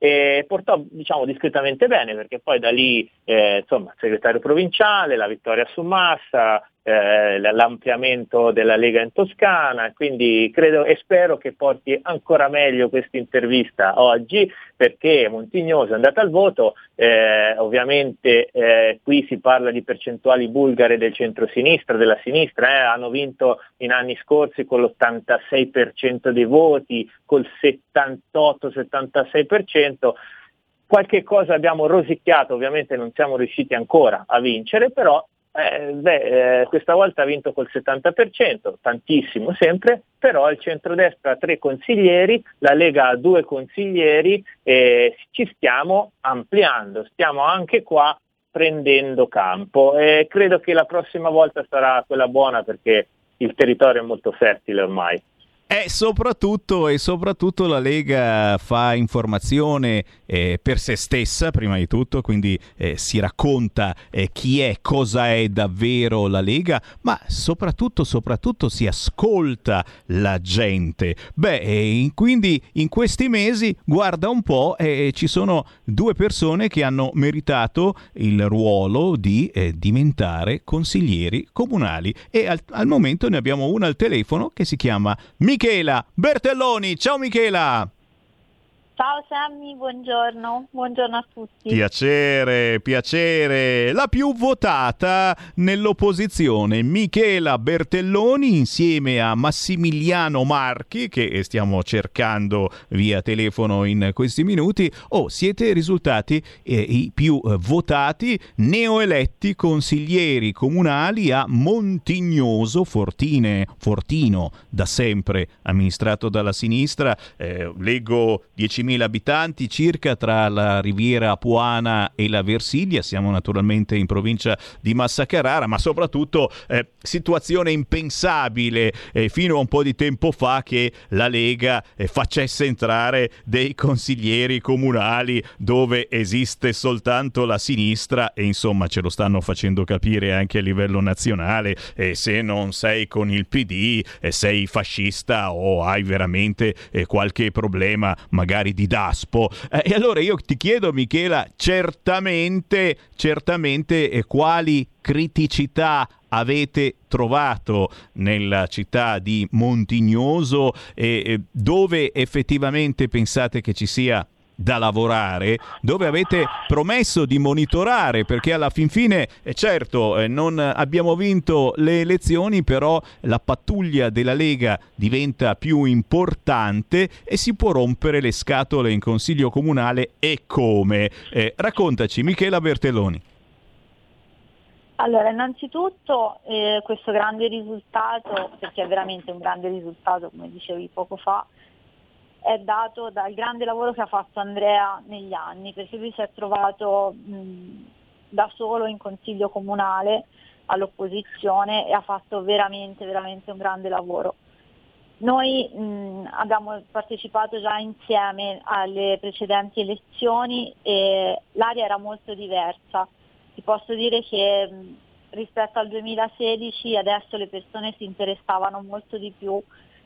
e portò, diciamo, discretamente bene, perché poi da lì eh, insomma segretario provinciale, la vittoria su Massa, eh, l'ampliamento della Lega in Toscana, quindi credo e spero che porti ancora meglio questa intervista oggi, perché Montignoso è andata al voto, eh, ovviamente eh, qui si parla di percentuali bulgare del centro-sinistra, della sinistra, eh, hanno vinto in anni scorsi con l'ottantasei per cento dei voti, col settantotto settantasei per cento, qualche cosa abbiamo rosicchiato, ovviamente non siamo riusciti ancora a vincere, però Eh, beh, eh, questa volta ha vinto col settanta per cento, tantissimo sempre, però il centrodestra ha tre consiglieri, la Lega ha due consiglieri, e ci stiamo ampliando, stiamo anche qua prendendo campo, e credo che la prossima volta sarà quella buona, perché il territorio è molto fertile ormai. E soprattutto, e soprattutto la Lega fa informazione eh, per se stessa, prima di tutto, quindi eh, si racconta eh, chi è, cosa è davvero la Lega, ma soprattutto, soprattutto si ascolta la gente. Beh, e quindi in questi mesi, guarda un po', eh, ci sono due persone che hanno meritato il ruolo di eh, diventare consiglieri comunali, e al, al momento ne abbiamo una al telefono che si chiama Michela Bertelloni. Ciao Michela! Ciao Sammy, buongiorno, buongiorno a tutti. Piacere, piacere. La più votata nell'opposizione, Michela Bertelloni, insieme a Massimiliano Marchi, che stiamo cercando via telefono in questi minuti. Oh, siete risultati eh, i più eh, votati neoeletti consiglieri comunali a Montignoso, Fortine, Fortino, da sempre amministrato dalla sinistra. Eh, leggo diecimila abitanti circa tra la Riviera Apuana e la Versilia, siamo naturalmente in provincia di Massa Carrara, ma soprattutto eh, situazione impensabile eh, fino a un po' di tempo fa che la Lega eh, facesse entrare dei consiglieri comunali dove esiste soltanto la sinistra, e insomma ce lo stanno facendo capire anche a livello nazionale, eh, se non sei con il P D eh, sei fascista o hai veramente eh, qualche problema magari di Daspo. Eh, e allora io ti chiedo, Michela, certamente, certamente eh, quali criticità avete trovato nella città di Montignoso, e eh, dove effettivamente pensate che ci sia da lavorare, dove avete promesso di monitorare, perché alla fin fine eh, certo eh, non abbiamo vinto le elezioni, però la pattuglia della Lega diventa più importante e si può rompere le scatole in consiglio comunale, e come? Eh, raccontaci, Michela Bertelloni. Allora, innanzitutto eh, questo grande risultato, perché è veramente un grande risultato, come dicevi poco fa, è dato dal grande lavoro che ha fatto Andrea negli anni, perché lui si è trovato mh, da solo in consiglio comunale all'opposizione e ha fatto veramente, veramente un grande lavoro. Noi mh, abbiamo partecipato già insieme alle precedenti elezioni e l'aria era molto diversa. Ti posso dire che mh, rispetto al duemilasedici adesso le persone si interessavano molto di più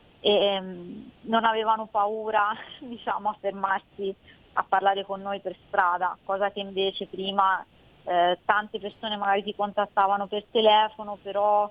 e mh, non avevano paura, diciamo, a fermarsi a parlare con noi per strada, cosa che invece prima eh, tante persone magari ti contattavano per telefono, però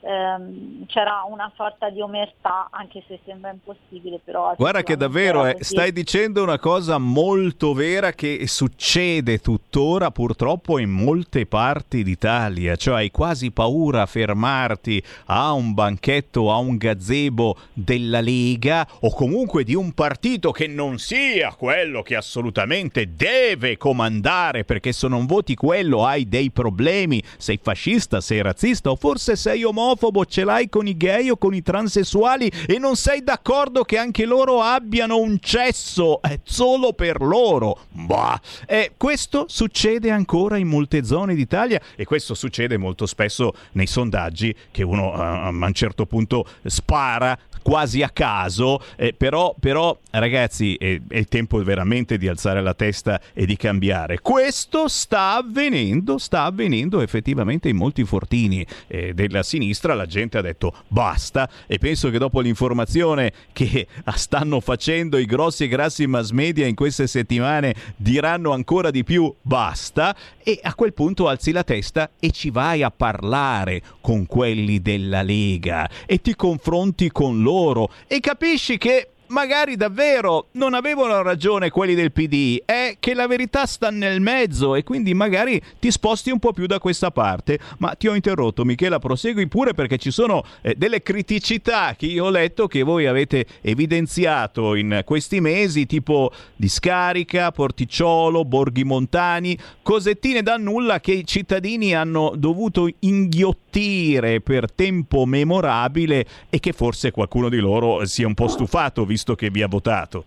ehm, c'era una sorta di omertà, anche se sembra impossibile, però guarda che davvero eh, stai dicendo una cosa molto vera che succede tuttora purtroppo in molte parti d'Italia, cioè hai quasi paura a fermarti a un banchetto, a un gazebo della Lega o comunque di un partito che non sia quello che assolutamente deve comandare, perché se non voti quello hai dei problemi, sei fascista, sei razzista o forse sei omofobo, ce l'hai con i gay o con i transessuali e non sei d'accordo che anche loro abbiano un cesso è solo per loro. Bah. Eh, questo succede ancora in molte zone d'Italia e questo succede molto spesso nei sondaggi che uno uh, a un certo punto spara quasi a caso, eh, però, però ragazzi è, è il tempo veramente di alzare la testa e di cambiare. Questo sta avvenendo, sta avvenendo effettivamente in molti fortini eh, della sinistra. La gente ha detto basta e penso che dopo l'informazione che stanno facendo i grossi e grassi mass media in queste settimane diranno ancora di più basta, e a quel punto alzi la testa e ci vai a parlare con quelli della Lega e ti confronti con loro e capisci che magari davvero non avevano ragione quelli del P D, è che la verità sta nel mezzo e quindi magari ti sposti un po' più da questa parte. Ma ti ho interrotto, Michela, prosegui pure, perché ci sono eh, delle criticità che io ho letto che voi avete evidenziato in questi mesi, tipo discarica, Porticciolo, Borghi Montani, cosettine da nulla che i cittadini hanno dovuto inghiottire per tempo memorabile e che forse qualcuno di loro sia un po' stufato visto che vi ha votato.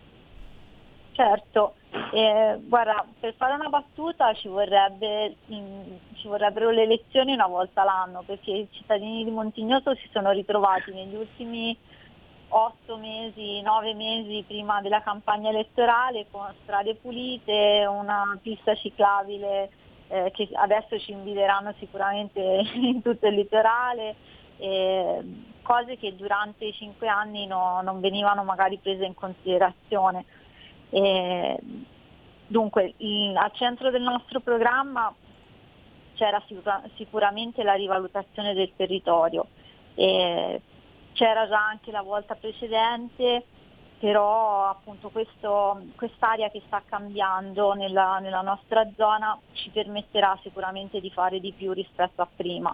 Certo, eh, guarda, per fare una battuta ci vorrebbe mh, ci vorrebbero le elezioni una volta l'anno, perché i cittadini di Montignoso si sono ritrovati negli ultimi otto mesi, nove mesi prima della campagna elettorale con strade pulite, una pista ciclabile eh, che adesso ci invideranno sicuramente in tutto il litorale, eh, cose che durante i cinque anni no, non venivano magari prese in considerazione. E, dunque, il, al centro del nostro programma c'era sicura, sicuramente la rivalutazione del territorio. E c'era già anche la volta precedente, però appunto questo, quest'area che sta cambiando nella, nella nostra zona ci permetterà sicuramente di fare di più rispetto a prima.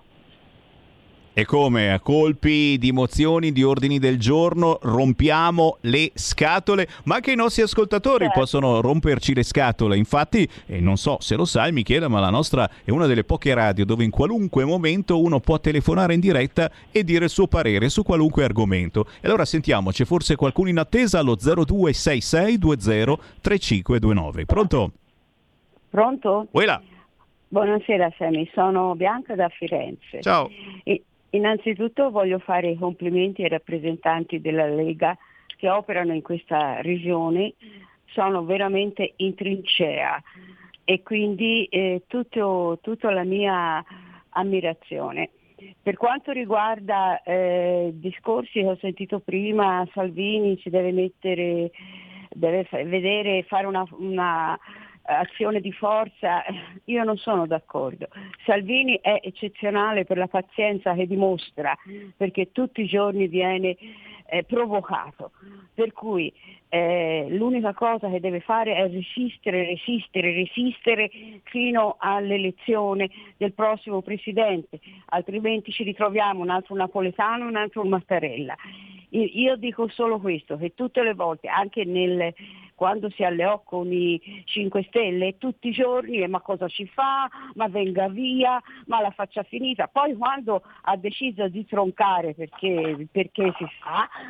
E come a colpi di mozioni, di ordini del giorno, rompiamo le scatole, ma anche i nostri ascoltatori certo. possono romperci le scatole. Infatti, e non so se lo sai Michela, ma la nostra è una delle poche radio dove in qualunque momento uno può telefonare in diretta e dire il suo parere su qualunque argomento. E allora sentiamo, c'è forse qualcuno in attesa allo zero due sei sei due zero tre cinque due nove. Pronto? Pronto? Uela. Buonasera Sammy, sono Bianca da Firenze. Ciao. E innanzitutto voglio fare i complimenti ai rappresentanti della Lega che operano in questa regione, sono veramente in trincea e quindi eh, tutto, tutta la mia ammirazione. Per quanto riguarda eh, discorsi che ho sentito prima, Salvini ci deve mettere, deve vedere, fare una, una azione di forza, io non sono d'accordo. Salvini è eccezionale per la pazienza che dimostra, perché tutti i giorni viene eh, provocato, per cui eh, l'unica cosa che deve fare è resistere, resistere, resistere fino all'elezione del prossimo presidente, altrimenti ci ritroviamo un altro Napoletano, un altro Mattarella. Io dico solo questo, che tutte le volte, anche nel quando si alleò con i cinque Stelle, tutti i giorni, eh, ma cosa ci fa, ma venga via, ma la faccia finita. Poi quando ha deciso di troncare perché, perché si sa,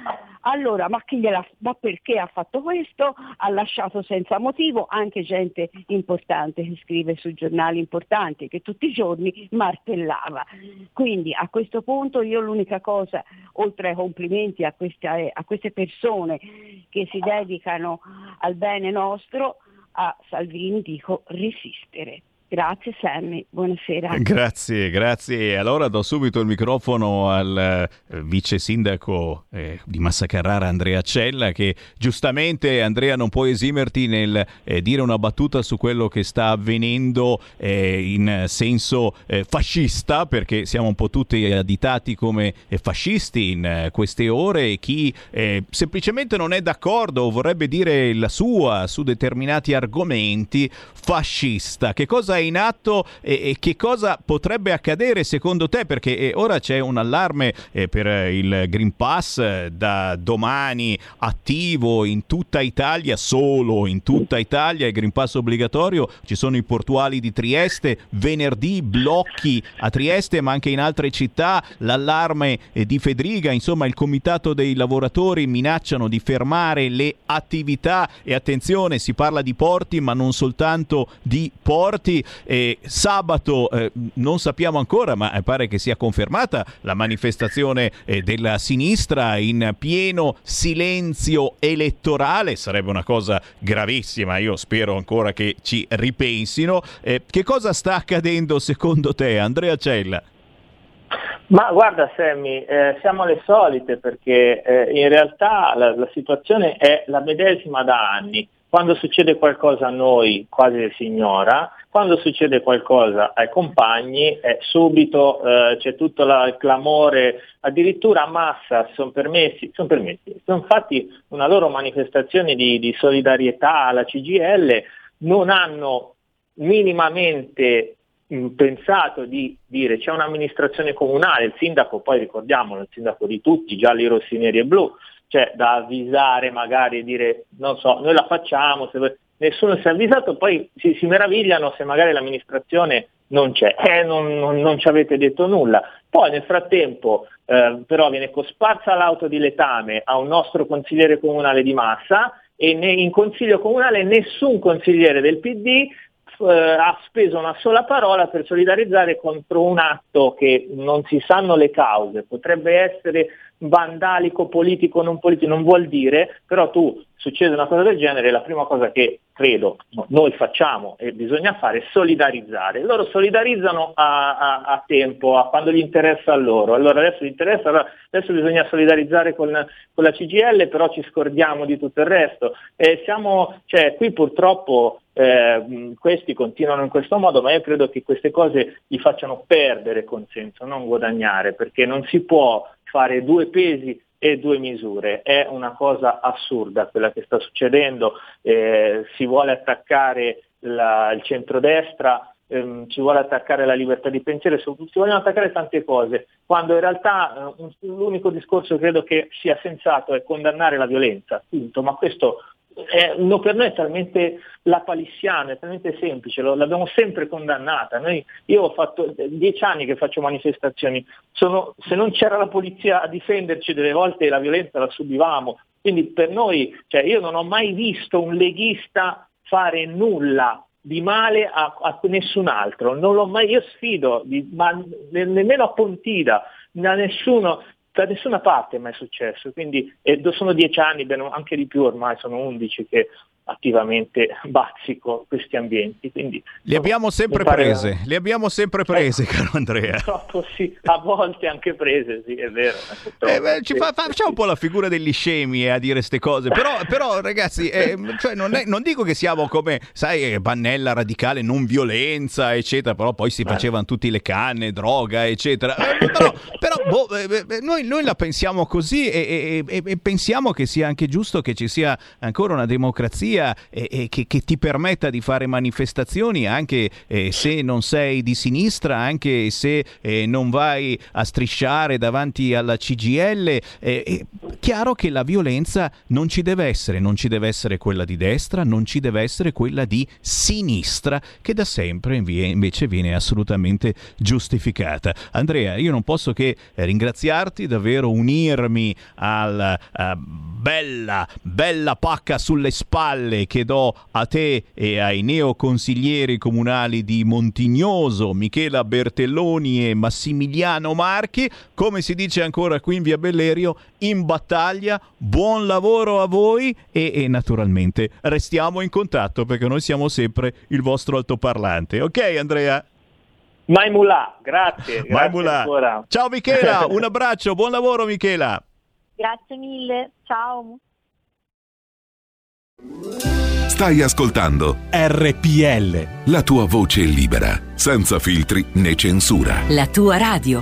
Allora, ma, chi gliela, ma perché ha fatto questo? Ha lasciato senza motivo anche gente importante che scrive su giornali importanti, che tutti i giorni martellava. Quindi a questo punto io l'unica cosa, oltre ai complimenti a queste, a queste persone che si dedicano al bene nostro, a Salvini dico resistere. Grazie Sammy, buonasera. Grazie, grazie. Allora do subito il microfono al eh, vice sindaco eh, di Massa Carrara, Andrea Cella, che giustamente, Andrea, non puoi esimerti nel eh, dire una battuta su quello che sta avvenendo eh, in senso eh, fascista, perché siamo un po' tutti additati come eh, fascisti in eh, queste ore, e chi eh, semplicemente non è d'accordo o vorrebbe dire la sua su determinati argomenti, fascista. Che cosa è in atto e, e che cosa potrebbe accadere secondo te? Perché eh, ora c'è un allarme eh, per il Green Pass eh, da domani attivo in tutta Italia, solo in tutta Italia il Green Pass obbligatorio. Ci sono i portuali di Trieste, venerdì blocchi a Trieste ma anche in altre città, l'allarme eh, di Fedriga, insomma il comitato dei lavoratori minacciano di fermare le attività, e attenzione, si parla di porti ma non soltanto di porti. E sabato eh, non sappiamo ancora, ma pare che sia confermata la manifestazione eh, della sinistra in pieno silenzio elettorale. Sarebbe una cosa gravissima, io spero ancora che ci ripensino. Eh, che cosa sta accadendo secondo te, Andrea Cella? Ma guarda Sammy, eh, siamo le solite, perché eh, in realtà la, la situazione è la medesima da anni. Quando succede qualcosa a noi quasi si ignora, quando succede qualcosa ai compagni eh, subito eh, c'è tutto la, il clamore, addirittura a massa sono permessi, sono permessi, sono fatti una loro manifestazione di, di solidarietà alla C G I L, non hanno minimamente mh, pensato di dire c'è un'amministrazione comunale, il sindaco, poi ricordiamolo, il sindaco di tutti, gialli, rossi, neri e blu, cioè da avvisare magari e dire non so, noi la facciamo, se nessuno si è avvisato, poi si, si meravigliano se magari l'amministrazione non c'è, eh, non, non, non ci avete detto nulla. Poi nel frattempo eh, però viene cosparsa l'auto di letame a un nostro consigliere comunale di Massa, e ne, in consiglio comunale nessun consigliere del P D eh, ha speso una sola parola per solidarizzare contro un atto che non si sanno le cause, potrebbe essere vandalico, politico, non politico, non vuol dire, però tu succede una cosa del genere, la prima cosa che credo noi facciamo e bisogna fare è solidarizzare. Loro solidarizzano a, a, a tempo, a quando gli interessa a loro. Allora adesso gli interessa, allora adesso bisogna solidarizzare con, con la C G I L, però ci scordiamo di tutto il resto. E siamo, cioè, qui purtroppo eh, questi continuano in questo modo, ma io credo che queste cose gli facciano perdere consenso, non guadagnare, perché non si può fare due pesi e due misure, è una cosa assurda quella che sta succedendo, eh, si vuole attaccare la, il centrodestra, ehm, ci vuole attaccare la libertà di pensiero, si vogliono attaccare tante cose, quando in realtà eh, l'unico discorso credo che sia sensato è condannare la violenza, appunto, ma questo è, no, per noi è talmente lapalissiano, è talmente semplice, lo, l'abbiamo sempre condannata. Noi, io ho fatto dieci anni che faccio manifestazioni, sono, se non c'era la polizia a difenderci delle volte la violenza la subivamo, quindi per noi, cioè, io non ho mai visto un leghista fare nulla di male a, a nessun altro, non l'ho mai, io sfido, di, ma ne, nemmeno a Pontida, da nessuno, da nessuna parte è mai successo, quindi eh, sono dieci anni, anche di più ormai, sono undici che attivamente bazzico questi ambienti, quindi li abbiamo sempre pare... prese, li abbiamo sempre prese, eh, caro Andrea. Purtroppo sì, a volte anche prese, sì, è vero. Eh, beh, ci fa, facciamo un po' la figura degli scemi eh, a dire ste cose, però, però ragazzi, eh, cioè non, è, non dico che siamo come, sai, Pannella radicale, non violenza, eccetera, però poi si facevano tutti le canne, droga, eccetera. Eh, però, però boh, eh, noi, noi la pensiamo così e, e, e pensiamo che sia anche giusto che ci sia ancora una democrazia E, e che, che ti permetta di fare manifestazioni anche eh, se non sei di sinistra, anche se eh, non vai a strisciare davanti alla C G I L, eh, eh, chiaro che la violenza non ci deve essere, non ci deve essere quella di destra, non ci deve essere quella di sinistra, che da sempre invece viene assolutamente giustificata. Andrea, io non posso che ringraziarti, davvero unirmi al uh, bella, bella pacca sulle spalle che do a te e ai neoconsiglieri comunali di Montignoso, Michela Bertelloni e Massimiliano Marchi. Come si dice ancora qui in via Bellerio, in battaglia, buon lavoro a voi e, e naturalmente restiamo in contatto, perché noi siamo sempre il vostro altoparlante. Ok Andrea? Mai mulà, grazie. grazie Mai mulà. Ancora. Ciao Michela, un abbraccio, buon lavoro Michela. Grazie mille, ciao. Stai ascoltando R P L, la tua voce libera, senza filtri né censura. La tua radio.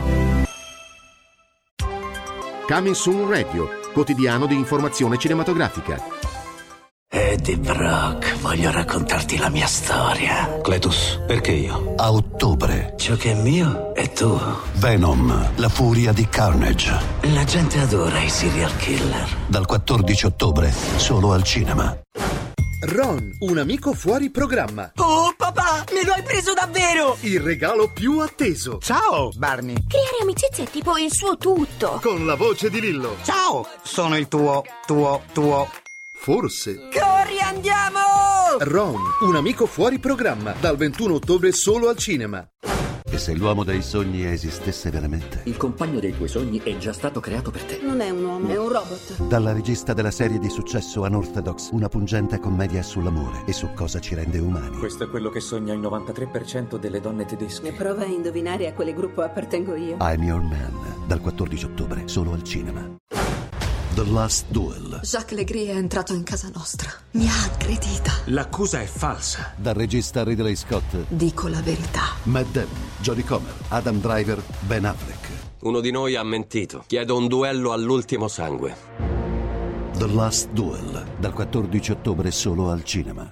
Coming Soon Radio, quotidiano di informazione cinematografica. Eddie Brock, voglio raccontarti la mia storia. Cletus, perché io? A ottobre, ciò che è mio è tuo. Venom, la furia di Carnage. La gente adora i serial killer. Dal quattordici ottobre, solo al cinema. Ron, un amico fuori programma. Oh papà, me lo hai preso davvero! Il regalo più atteso. Ciao Barney. Creare amicizia è tipo il suo tutto. Con la voce di Lillo. Ciao, sono il tuo, tuo, tuo. Forse. Corri, andiamo! Ron, un amico fuori programma. Dal ventuno ottobre solo al cinema. E se l'uomo dei sogni esistesse veramente? Il compagno dei tuoi sogni è già stato creato per te. Non è un uomo, è un robot. Dalla regista della serie di successo Unorthodox, una pungente commedia sull'amore e su cosa ci rende umani. Questo è quello che sogna il novantatré per cento delle donne tedesche. E prova a indovinare a quale gruppo appartengo io. I'm Your Man, dal quattordici ottobre, solo al cinema. The Last Duel. Jacques Legris è entrato in casa nostra. Mi ha aggredita. L'accusa è falsa. Dal regista Ridley Scott. Dico la verità. Matt Damon, Jodie Comer, Adam Driver, Ben Affleck. Uno di noi ha mentito. Chiedo un duello all'ultimo sangue. The Last Duel, dal quattordici ottobre solo al cinema.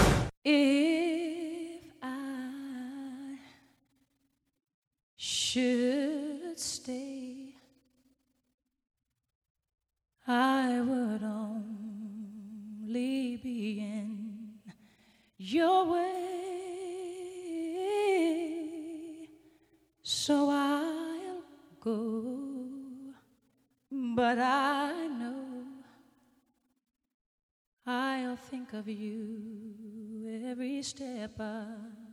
If I should stay, I would only be in your way, so I'll go, but I know I'll think of you every step of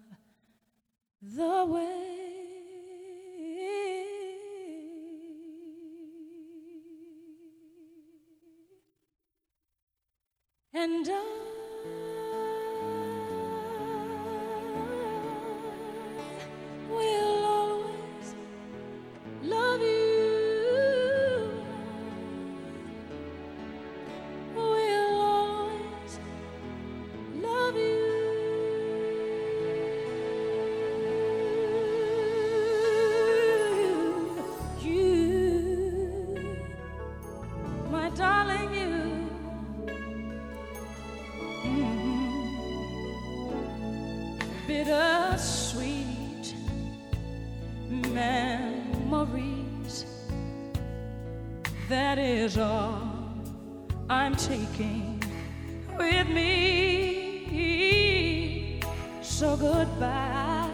the way. And I will always love you. Will always love you. You, my darling, you. Bittersweet memories, that is all I'm taking with me. So goodbye,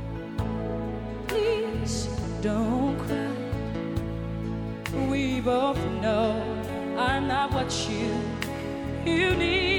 please don't cry. We both know I'm not what you, you need.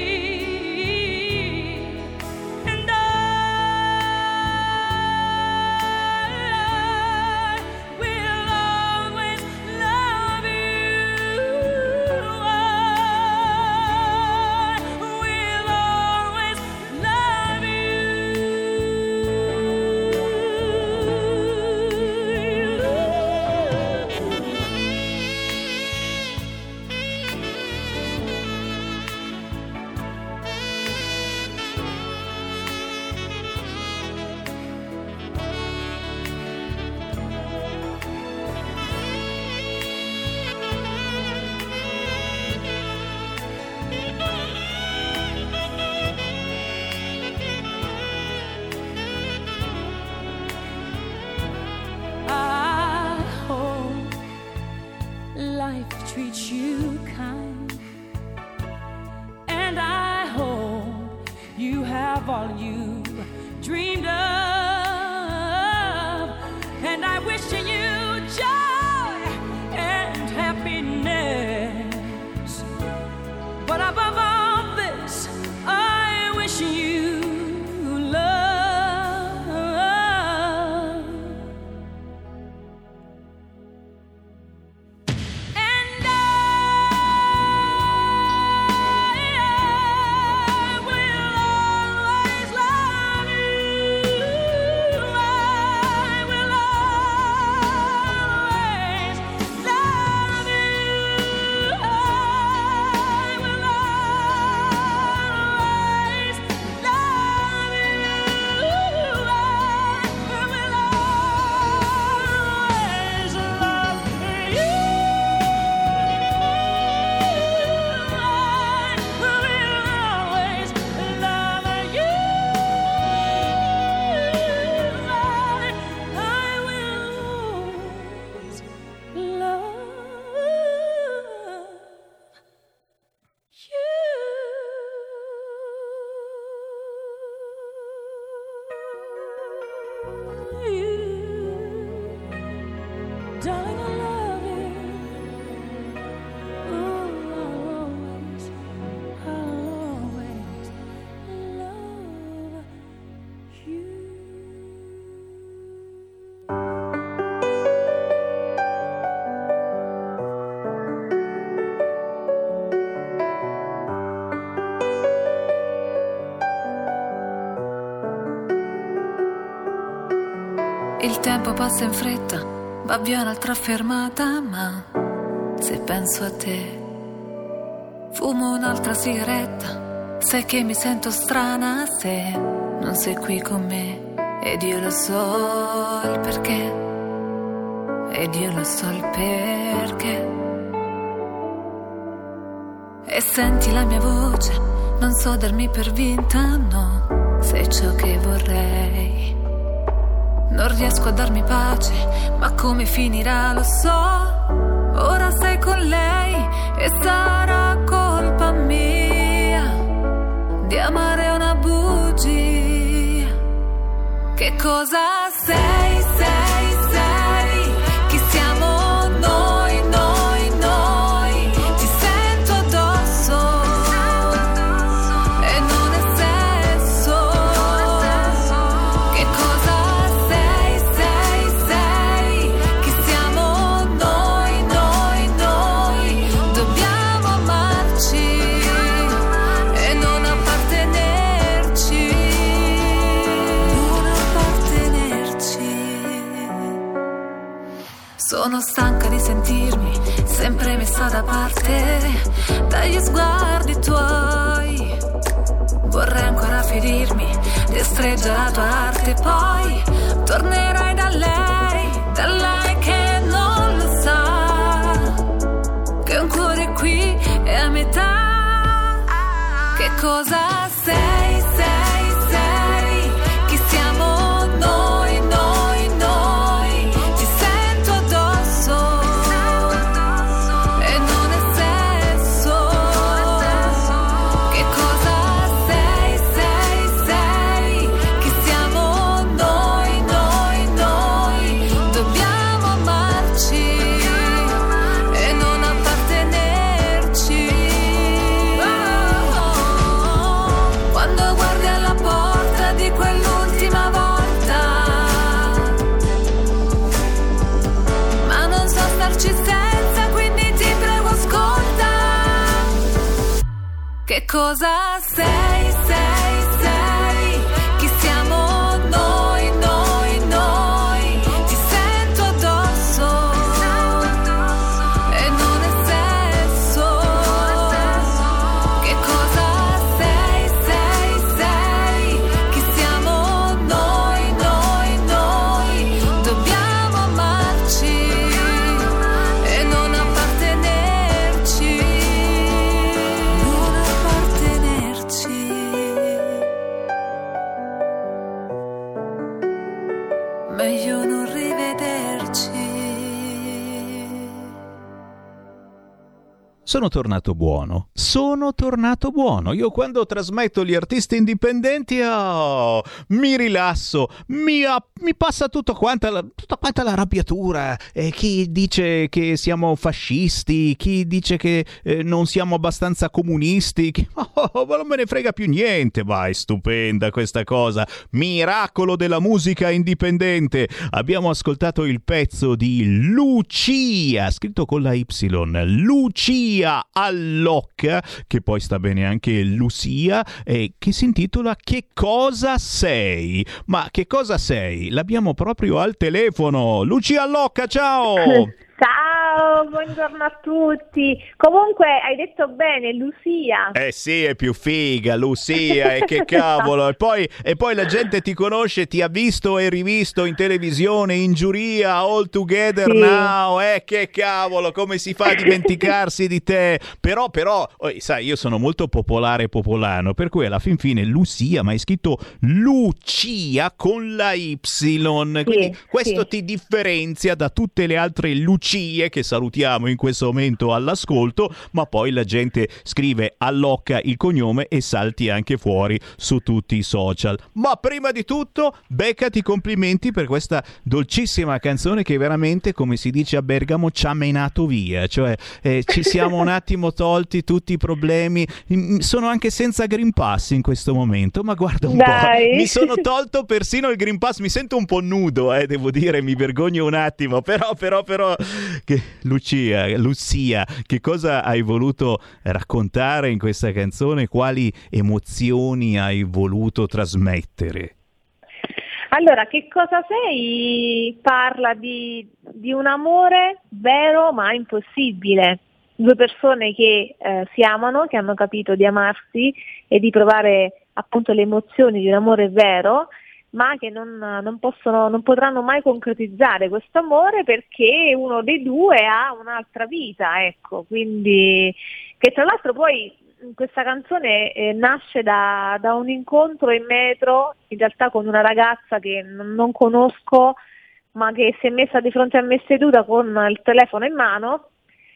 of all you dreamed of, and I wish you joy and happiness. But above all this, I wish you love. And I, I will always love you. I will always love you. I will always love you. I will always love you. Darling, I love you. Ooh, I'll always, I'll always love you. Il tempo passa in fretta, va via un'altra fermata, ma se penso a te, fumo un'altra sigaretta, sai che mi sento strana se non sei qui con me. Ed io lo so il perché, ed io lo so il perché. E senti la mia voce, non so darmi per vinta, no, sei ciò che vorrei. Non riesco a darmi pace, ma come finirà lo so. Ora sei con lei e sarà colpa mia di amare una bugia. Che cosa sei, sei, sei? Chi siamo noi, noi, noi? Ti sento addosso e non è sesso. Che cosa sei, sei, sei? Chi siamo noi, noi, noi? Dobbiamo amarci e non appartenerci, non appartenerci. Sono stanca di sentirmi sempre messa da parte dagli sguardi tuoi. Vorrei ancora ferirmi di streggia la tua arte, poi tornerai da lei, da lei che non lo sa, che un cuore qui è a metà. Che cosa sei, sei, sei? Chi siamo noi, noi, noi? Ti sento addosso e non è sesso. Che cosa sei, sei, sei? Chi siamo noi, noi, noi? Dobbiamo amarci e non appartenerci. Quando guardi alla porta di quell'ultima volta, ma non so starci senza, quindi ti prego ascolta. Che cosa sei, sei, sei? Chi siamo noi, noi, noi? Ti sento addosso e non è sesso. Che cosa sei, sei, sei? Chi siamo noi, noi, noi? Dobbiamo amarci e non appartenerci, non appartenerci. Sono tornato buono, sono tornato buono. Io quando trasmetto gli artisti indipendenti, oh, mi rilasso, mi, mi passa tutto quanta la, tutta quanta l'arrabbiatura. Eh, chi dice che siamo fascisti, chi dice che eh, non siamo abbastanza comunisti, chi, oh, ma non me ne frega più niente. Vai, stupenda questa cosa. Miracolo della musica indipendente. Abbiamo ascoltato il pezzo di Lucia, scritto con la Y, Lucia Allocca, che poi sta bene anche Lucia, eh, che si intitola Che cosa sei? Ma che cosa sei? L'abbiamo proprio al telefono. Lucia Allocca, ciao! Ciao, buongiorno a tutti. Comunque hai detto bene, Lucia. Eh sì, è più figa, Lucia, e che cavolo. E poi, e poi la gente ti conosce, ti ha visto e rivisto in televisione, in giuria, All Together Sì. Now. Eh, che cavolo, come si fa a dimenticarsi di te? Però, però, oh, sai, io sono molto popolare e popolano, per cui alla fin fine Lucia, ma hai scritto Lucia con la Y. Quindi questo sì. ti differenzia da tutte le altre Lucie che salutiamo in questo momento all'ascolto, ma poi la gente scrive Allocca il cognome e salti anche fuori su tutti i social. Ma prima di tutto, beccati complimenti per questa dolcissima canzone che veramente, come si dice a Bergamo, ci ha menato via, cioè eh, ci siamo un attimo tolti tutti i problemi. Mm, sono anche senza Green Pass in questo momento, ma guarda un Dai. po', mi sono tolto persino il Green Pass, mi sento un po' nudo, eh, devo dire, mi vergogno un attimo, però però però che Lucia, Lucia, che cosa hai voluto raccontare in questa canzone? Quali emozioni hai voluto trasmettere? Allora, Che cosa sei? Parla di, di un amore vero ma impossibile. Due persone che eh, si amano, che hanno capito di amarsi e di provare appunto le emozioni di un amore vero, ma che non, non possono, non potranno mai concretizzare questo amore perché uno dei due ha un'altra vita, ecco, quindi che tra l'altro poi questa canzone eh, nasce da, da un incontro in metro, in realtà con una ragazza che non, non conosco, ma che si è messa di fronte a me seduta con il telefono in mano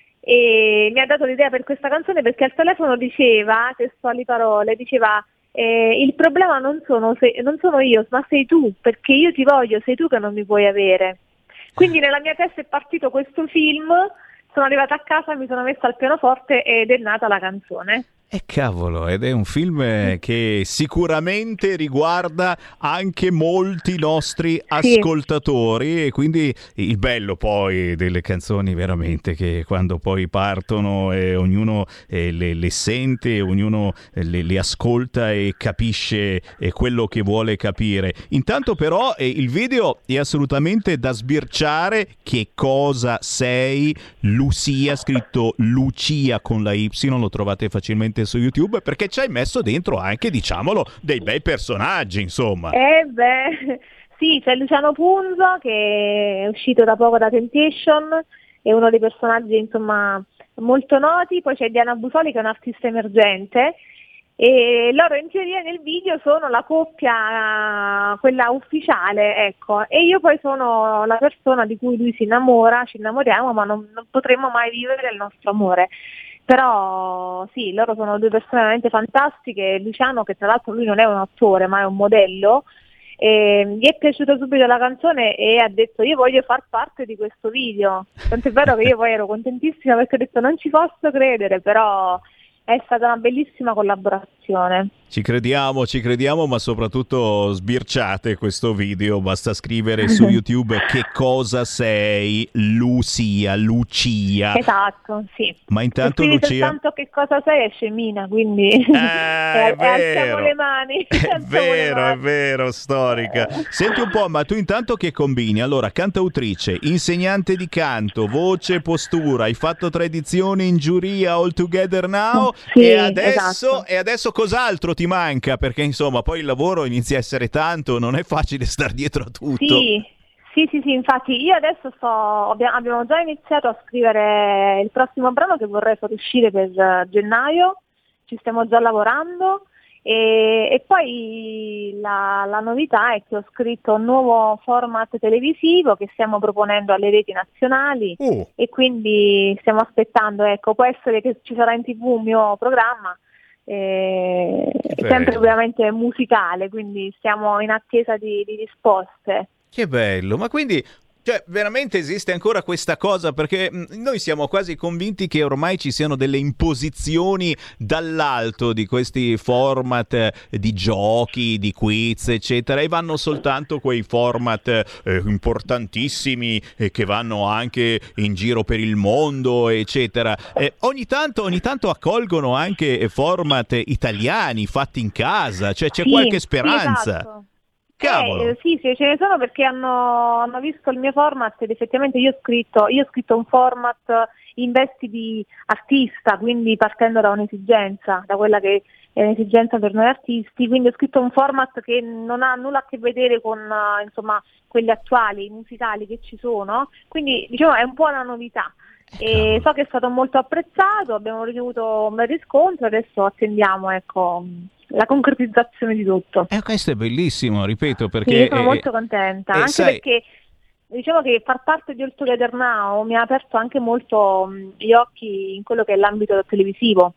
e mi ha dato l'idea per questa canzone perché al telefono diceva, testuali parole, diceva Eh, il problema non sono, se, non sono io, ma sei tu, perché io ti voglio, sei tu che non mi puoi avere. Quindi nella mia testa è partito questo film, sono arrivata a casa, mi sono messa al pianoforte ed è nata la canzone. E cavolo, ed è un film che sicuramente riguarda anche molti nostri ascoltatori, e quindi il bello poi delle canzoni veramente che quando poi partono e ognuno eh, le, le sente, ognuno eh, le, le ascolta e capisce eh, quello che vuole capire. Intanto però eh, il video è assolutamente da sbirciare. Che cosa sei? Lucia, scritto Lucia con la Y, lo trovate facilmente su YouTube, perché ci hai messo dentro anche, diciamolo, dei bei personaggi, insomma. Eh beh, sì, c'è Luciano Punzo che è uscito da poco da Temptation, è uno dei personaggi insomma molto noti, poi c'è Diana Busoli che è un'artista emergente e loro in teoria nel video sono la coppia, quella ufficiale, ecco, e io poi sono la persona di cui lui si innamora, ci innamoriamo, ma non, non potremo mai vivere il nostro amore. Però sì, loro sono due persone veramente fantastiche. Luciano, che tra l'altro lui non è un attore ma è un modello, e gli è piaciuta subito la canzone e ha detto io voglio far parte di questo video, tant'è vero che io poi ero contentissima perché ho detto non ci posso credere, però è stata una bellissima collaborazione. Ci crediamo, ci crediamo, ma soprattutto sbirciate questo video, basta scrivere su YouTube che cosa sei, Lucia, Lucia. Esatto, sì. Ma intanto e Lucia... soltanto che cosa sei è scemina, quindi Eh, e, è e alziamo vero. le mani. È vero, è vero, storica. Senti un po', ma tu intanto che combini? Allora, cantautrice, insegnante di canto, voce, postura, hai fatto tre edizioni in giuria All Together Now, Sì, e adesso, esatto. e adesso cos'altro ti manca? Perché insomma poi il lavoro inizia a essere tanto, non è facile star dietro a tutto. Sì, sì, sì, sì, infatti io adesso sto, abbiamo, abbiamo già iniziato a scrivere il prossimo brano che vorrei far uscire per uh, gennaio, ci stiamo già lavorando E, e poi la, la novità è che ho scritto un nuovo format televisivo che stiamo proponendo alle reti nazionali uh. e quindi stiamo aspettando, ecco, può essere che ci sarà in tv un mio programma, eh, sempre ovviamente musicale, quindi stiamo in attesa di, di risposte. Che bello, ma quindi... Cioè, veramente esiste ancora questa cosa? Perché noi siamo quasi convinti che ormai ci siano delle imposizioni dall'alto di questi format di giochi, di quiz, eccetera, e vanno soltanto quei format eh, importantissimi eh, che vanno anche in giro per il mondo, eccetera. Eh, ogni tanto, ogni tanto accolgono anche format italiani fatti in casa, cioè c'è Sì, qualche sì, speranza. esatto. Cavolo. Eh, sì, sì, ce ne sono perché hanno, hanno visto il mio format ed effettivamente io ho scritto, io ho scritto un format in vesti di artista, quindi partendo da un'esigenza, da quella che è un'esigenza per noi artisti, quindi ho scritto un format che non ha nulla a che vedere con uh, insomma quelli attuali, musicali che ci sono, quindi diciamo è un po' una novità. E so che è stato molto apprezzato, abbiamo ricevuto un bel riscontro, adesso attendiamo, ecco, la concretizzazione di tutto. Eh, questo è bellissimo, ripeto, perché... Sì, io sono eh, molto contenta, eh, anche sai... perché diciamo che far parte di Altogether Now mi ha aperto anche molto mh, gli occhi in quello che è l'ambito televisivo.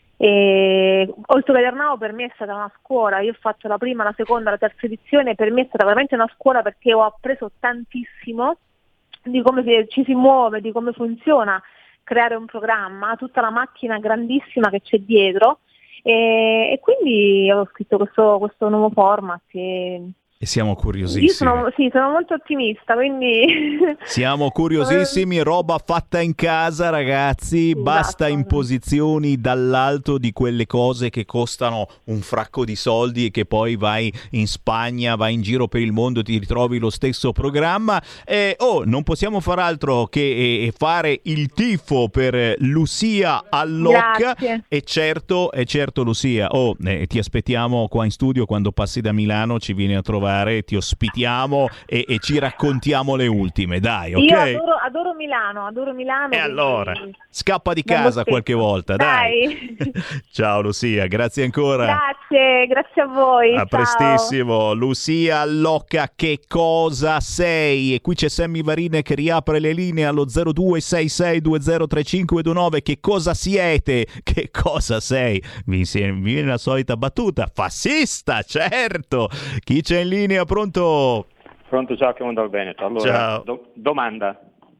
E Altogether Now per me è stata una scuola, io ho fatto la prima, la seconda, la terza edizione, per me è stata veramente una scuola perché ho appreso tantissimo di come ci si muove, di come funziona creare un programma, tutta la macchina grandissima che c'è dietro e, e quindi ho scritto questo, questo nuovo format e, e siamo curiosissimi. io sono, sì, sono molto ottimista, quindi siamo curiosissimi, roba fatta in casa, ragazzi, esatto. Basta imposizioni dall'alto di quelle cose che costano un fracco di soldi e che poi vai in Spagna, vai in giro per il mondo e ti ritrovi lo stesso programma. Eh, oh, non possiamo far altro che eh, fare il tifo per Lucia Allocca. Grazie. E certo, e certo Lucia, oh, eh, ti aspettiamo qua in studio quando passi da Milano, ci vieni a trovare, ti ospitiamo e, e ci raccontiamo le ultime, dai, ok? Io adoro, adoro Milano, adoro Milano. E quindi... allora, scappa di casa qualche volta, dai. dai. Ciao Lucia, grazie ancora. Grazie, grazie a voi. A ciao. prestissimo. Lucia Allocca, che cosa sei? E qui c'è Sammy Varine che riapre le linee allo zero due sei sei due zero tre cinque due nove. Che cosa siete? Che cosa sei? Mi, si- mi viene la solita battuta. Fascista, certo. Chi c'è in linea? Pronto? Pronto, ciao, che mondo al Veneto. Allora, Ciao. do- domanda.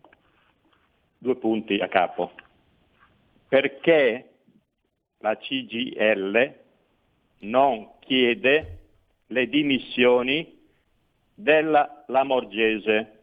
Due punti a capo. Perché la C G I L non chiede le dimissioni della Lamorgese?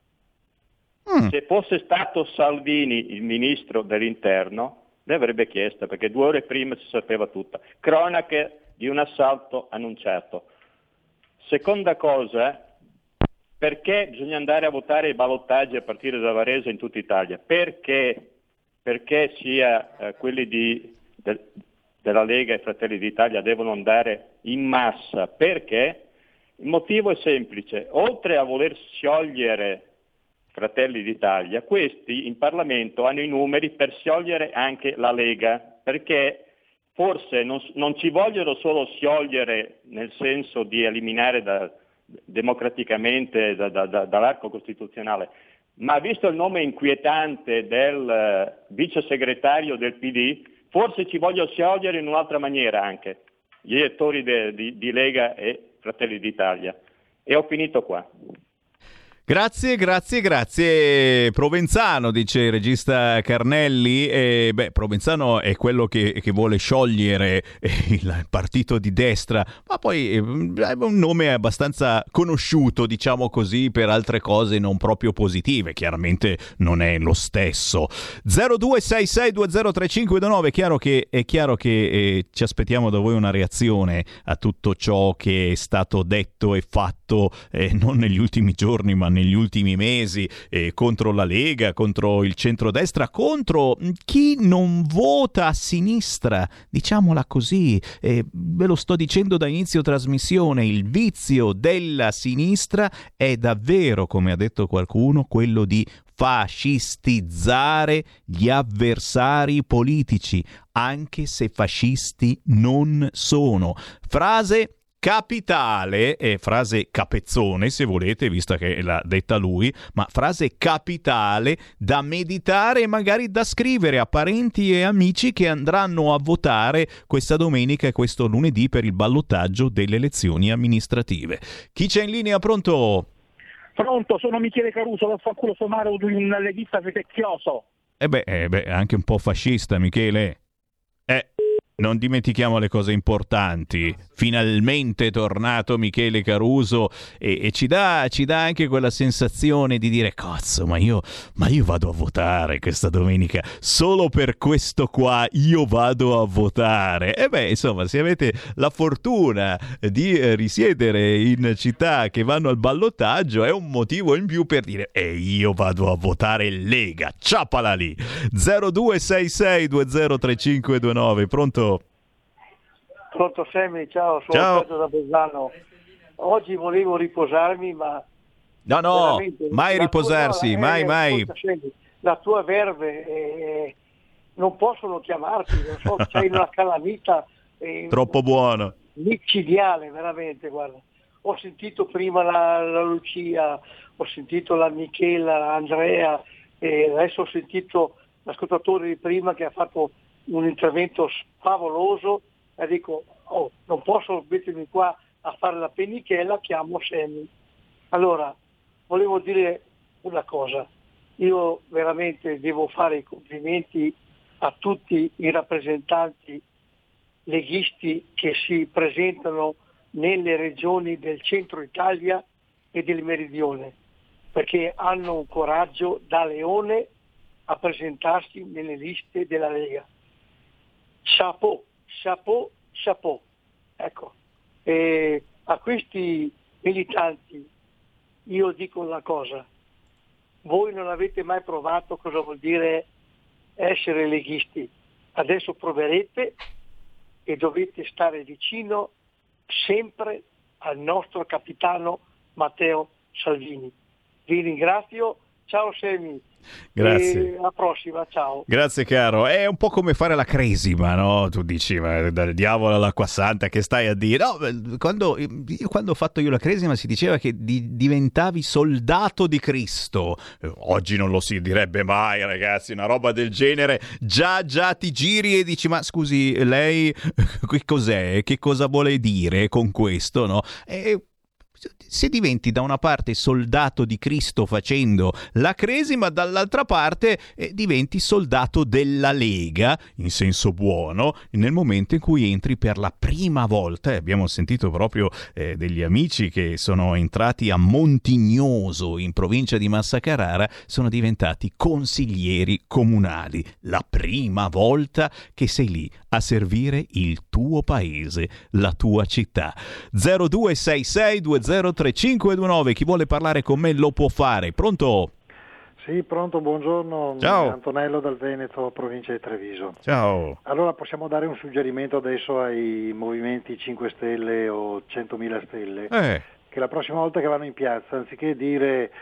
Mm. Se fosse stato Salvini il ministro dell'interno, le avrebbe chiesta, perché due ore prima si sapeva tutta. Cronache di un assalto annunciato. Seconda cosa, perché bisogna andare a votare i ballottaggi a partire da Varese in tutta Italia? Perché, perché sia eh, quelli di, de, della Lega e Fratelli d'Italia devono andare in massa? Perché? Il motivo è semplice, oltre a voler sciogliere Fratelli d'Italia, questi in Parlamento hanno i numeri per sciogliere anche la Lega, perché forse non, non ci vogliono solo sciogliere nel senso di eliminare da, democraticamente da, da, da, dall'arco costituzionale, ma visto il nome inquietante del uh, vice segretario del P D, forse ci vogliono sciogliere in un'altra maniera anche gli elettori de, di, di Lega e Fratelli d'Italia. E ho finito qua. Grazie, grazie, grazie. Provenzano, dice il regista Carnelli. E, beh, Provenzano è quello che, che vuole sciogliere il partito di destra, ma poi è un nome abbastanza conosciuto, diciamo così, per altre cose non proprio positive. Chiaramente non è lo stesso. zero due sei sei due zero tre cinque due nove. È chiaro che, è chiaro che eh, ci aspettiamo da voi una reazione a tutto ciò che è stato detto e fatto eh, non negli ultimi giorni, ma negli ultimi mesi eh, contro la Lega, contro il centrodestra, contro chi non vota a sinistra, diciamola così. Eh, ve lo sto dicendo da inizio trasmissione, il vizio della sinistra è davvero, come ha detto qualcuno, quello di fascistizzare gli avversari politici, anche se fascisti non sono. Frase capitale, e frase capezzone se volete, visto che l'ha detta lui, ma frase capitale da meditare e magari da scrivere a parenti e amici che andranno a votare questa domenica e questo lunedì per il ballottaggio delle elezioni amministrative. Chi c'è in linea? Pronto? Pronto, sono Michele Caruso, vaffanculo somaro di un leghista fetecchioso. Eh beh, eh beh, anche un po' fascista, Michele. Eh... Non dimentichiamo le cose importanti. Finalmente è tornato Michele Caruso e, e ci dà, ci dà anche quella sensazione di dire cazzo, ma io, ma io vado a votare questa domenica. Solo per questo qua io vado a votare. E beh, insomma, se avete la fortuna di risiedere in città che vanno al ballottaggio è un motivo in più per dire e io vado a votare Lega. Ciapala lì. zero due sei sei due zero tre cinque due nove. Pronto? Pronto Sammy, ciao, sono Ciao. Alfredo da Bolzano. Oggi volevo riposarmi, ma No, no, veramente mai la riposarsi, tua- mai, eh, mai. ascolta, Sammy, la tua verve eh, non possono chiamarti, non so, c'hai una calamita eh, Troppo buono. micidiale, veramente, guarda. Ho sentito prima la, la Lucia, ho sentito la Michela, Andrea, e adesso ho sentito l'ascoltatore di prima che ha fatto un intervento favoloso e dico, oh, non posso mettermi qua a fare la pennichella, chiamo Sammy. Allora, volevo dire una cosa, io veramente devo fare i complimenti a tutti i rappresentanti leghisti che si presentano nelle regioni del centro Italia e del meridione, perché hanno un coraggio da leone a presentarsi nelle liste della Lega. Chapeau, chapeau, chapeau. Ecco, e a questi militanti io dico una cosa, voi non avete mai provato cosa vuol dire essere leghisti, adesso proverete e dovete stare vicino sempre al nostro capitano Matteo Salvini. Vi ringrazio, ciao Sammy. Grazie. E alla prossima, ciao. Grazie caro, è un po' come fare la cresima, no? Tu dici, ma dal diavolo all'acqua santa che stai a dire? No, quando, io, quando ho fatto io la cresima si diceva che di, diventavi soldato di Cristo. Oggi non lo si direbbe mai, ragazzi, una roba del genere. Già, già ti giri e dici, ma scusi, lei che cos'è? Che cosa vuole dire con questo, no? E se diventi da una parte soldato di Cristo facendo la cresima, dall'altra parte eh, diventi soldato della Lega, in senso buono, nel momento in cui entri per la prima volta, e abbiamo sentito proprio eh, degli amici che sono entrati a Montignoso, in provincia di Massa Carrara, sono diventati consiglieri comunali. La prima volta che sei lì a servire il tuo paese, la tua città. zero due sei sei due zero tre cinque due nove. Chi vuole parlare con me lo può fare. Pronto? Sì, pronto, buongiorno. Ciao. Antonello dal Veneto, provincia di Treviso. Ciao. Allora possiamo dare un suggerimento adesso ai movimenti cinque Stelle o centomila Stelle, Eh. che la prossima volta che vanno in piazza, anziché dire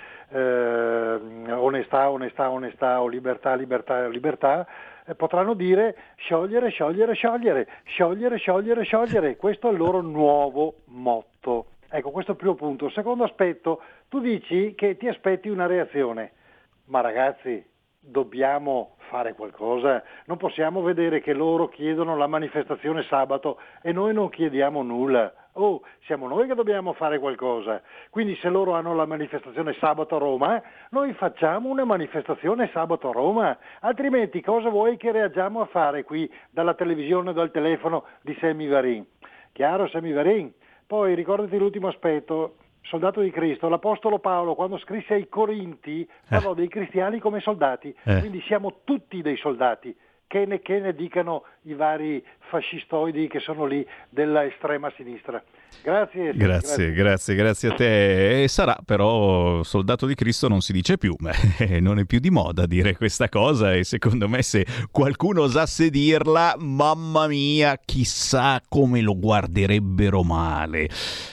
eh, onestà, onestà, onestà o libertà, libertà, libertà, eh, potranno dire sciogliere, sciogliere, sciogliere, sciogliere, sciogliere, sciogliere. Questo è il loro nuovo motto. Ecco, questo è il primo punto. Secondo aspetto, tu dici che ti aspetti una reazione, ma ragazzi, dobbiamo fare qualcosa, non possiamo vedere che loro chiedono la manifestazione sabato e noi non chiediamo nulla. Oh, siamo noi che dobbiamo fare qualcosa. Quindi se loro hanno la manifestazione sabato a Roma, noi facciamo una manifestazione sabato a Roma, altrimenti cosa vuoi che reagiamo a fare qui dalla televisione o dal telefono di Sammy Varin? Chiaro, Sammy Varin? Poi ricordati l'ultimo aspetto, soldato di Cristo, l'Apostolo Paolo quando scrisse ai Corinti parlò dei cristiani come soldati, Eh. quindi siamo tutti dei soldati, che ne, che ne dicano i vari fascistoidi che sono lì della estrema sinistra. Grazie. Grazie, grazie, grazie a te. E sarà però soldato di Cristo non si dice più, beh, non è più di moda dire questa cosa e secondo me se qualcuno osasse dirla, mamma mia, chissà come lo guarderebbero male.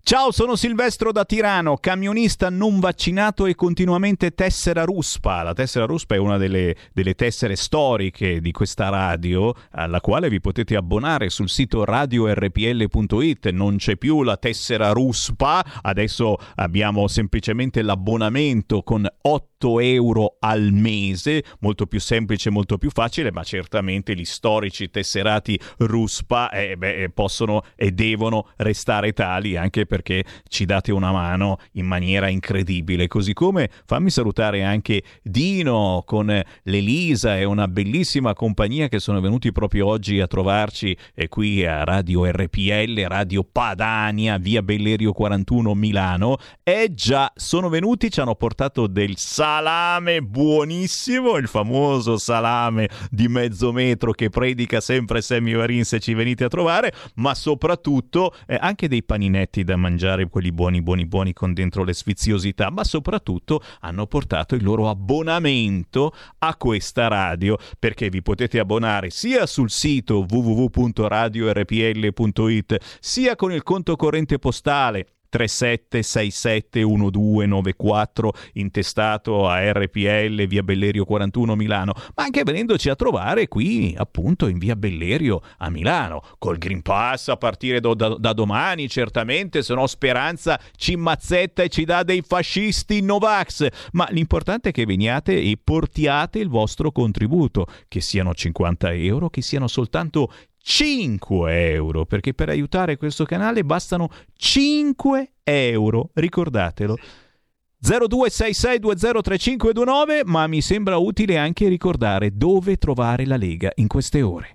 Ciao, sono Silvestro da Tirano, camionista non vaccinato e continuamente tessera ruspa. La tessera ruspa è una delle, delle tessere storiche di questa radio, alla quale vi potete abbonare sul sito radio erre pi elle punto it. Non c'è più la tessera ruspa, adesso abbiamo semplicemente l'abbonamento con otto euro al mese, molto più semplice, molto più facile, ma certamente gli storici tesserati ruspa eh, beh, possono e devono restare tali, anche perché ci date una mano in maniera incredibile. Così come fammi salutare anche Dino con l'Elisa e una bellissima compagnia che sono venuti proprio oggi a trovarci eh, qui a Radio erre pi elle, Radio Padania, via Bellerio quarantuno Milano. E eh già, sono venuti, ci hanno portato del salame buonissimo, il famoso salame di mezzo metro che predica sempre Sammy Varin se ci venite a trovare, ma soprattutto eh, anche dei paninetti da mangiare, quelli buoni buoni buoni con dentro le sfiziosità, ma soprattutto hanno portato il loro abbonamento a questa radio, perché vi potete abbonare sia sul sito w w w punto radio erre pi elle punto it, sia con il conto corrente postale tre sette sei sette uno due nove quattro intestato a erre pi elle via Bellerio quarantuno Milano, ma anche venendoci a trovare qui appunto in via Bellerio a Milano col Green Pass a partire do, da, da domani certamente, se no Speranza ci mazzetta e ci dà dei fascisti Novax. Ma l'importante è che veniate e portiate il vostro contributo, che siano cinquanta euro, che siano soltanto cinque euro, perché per aiutare questo canale bastano cinque euro, ricordatelo. zero due sei sei due zero tre cinque due nove, ma mi sembra utile anche ricordare dove trovare la Lega in queste ore.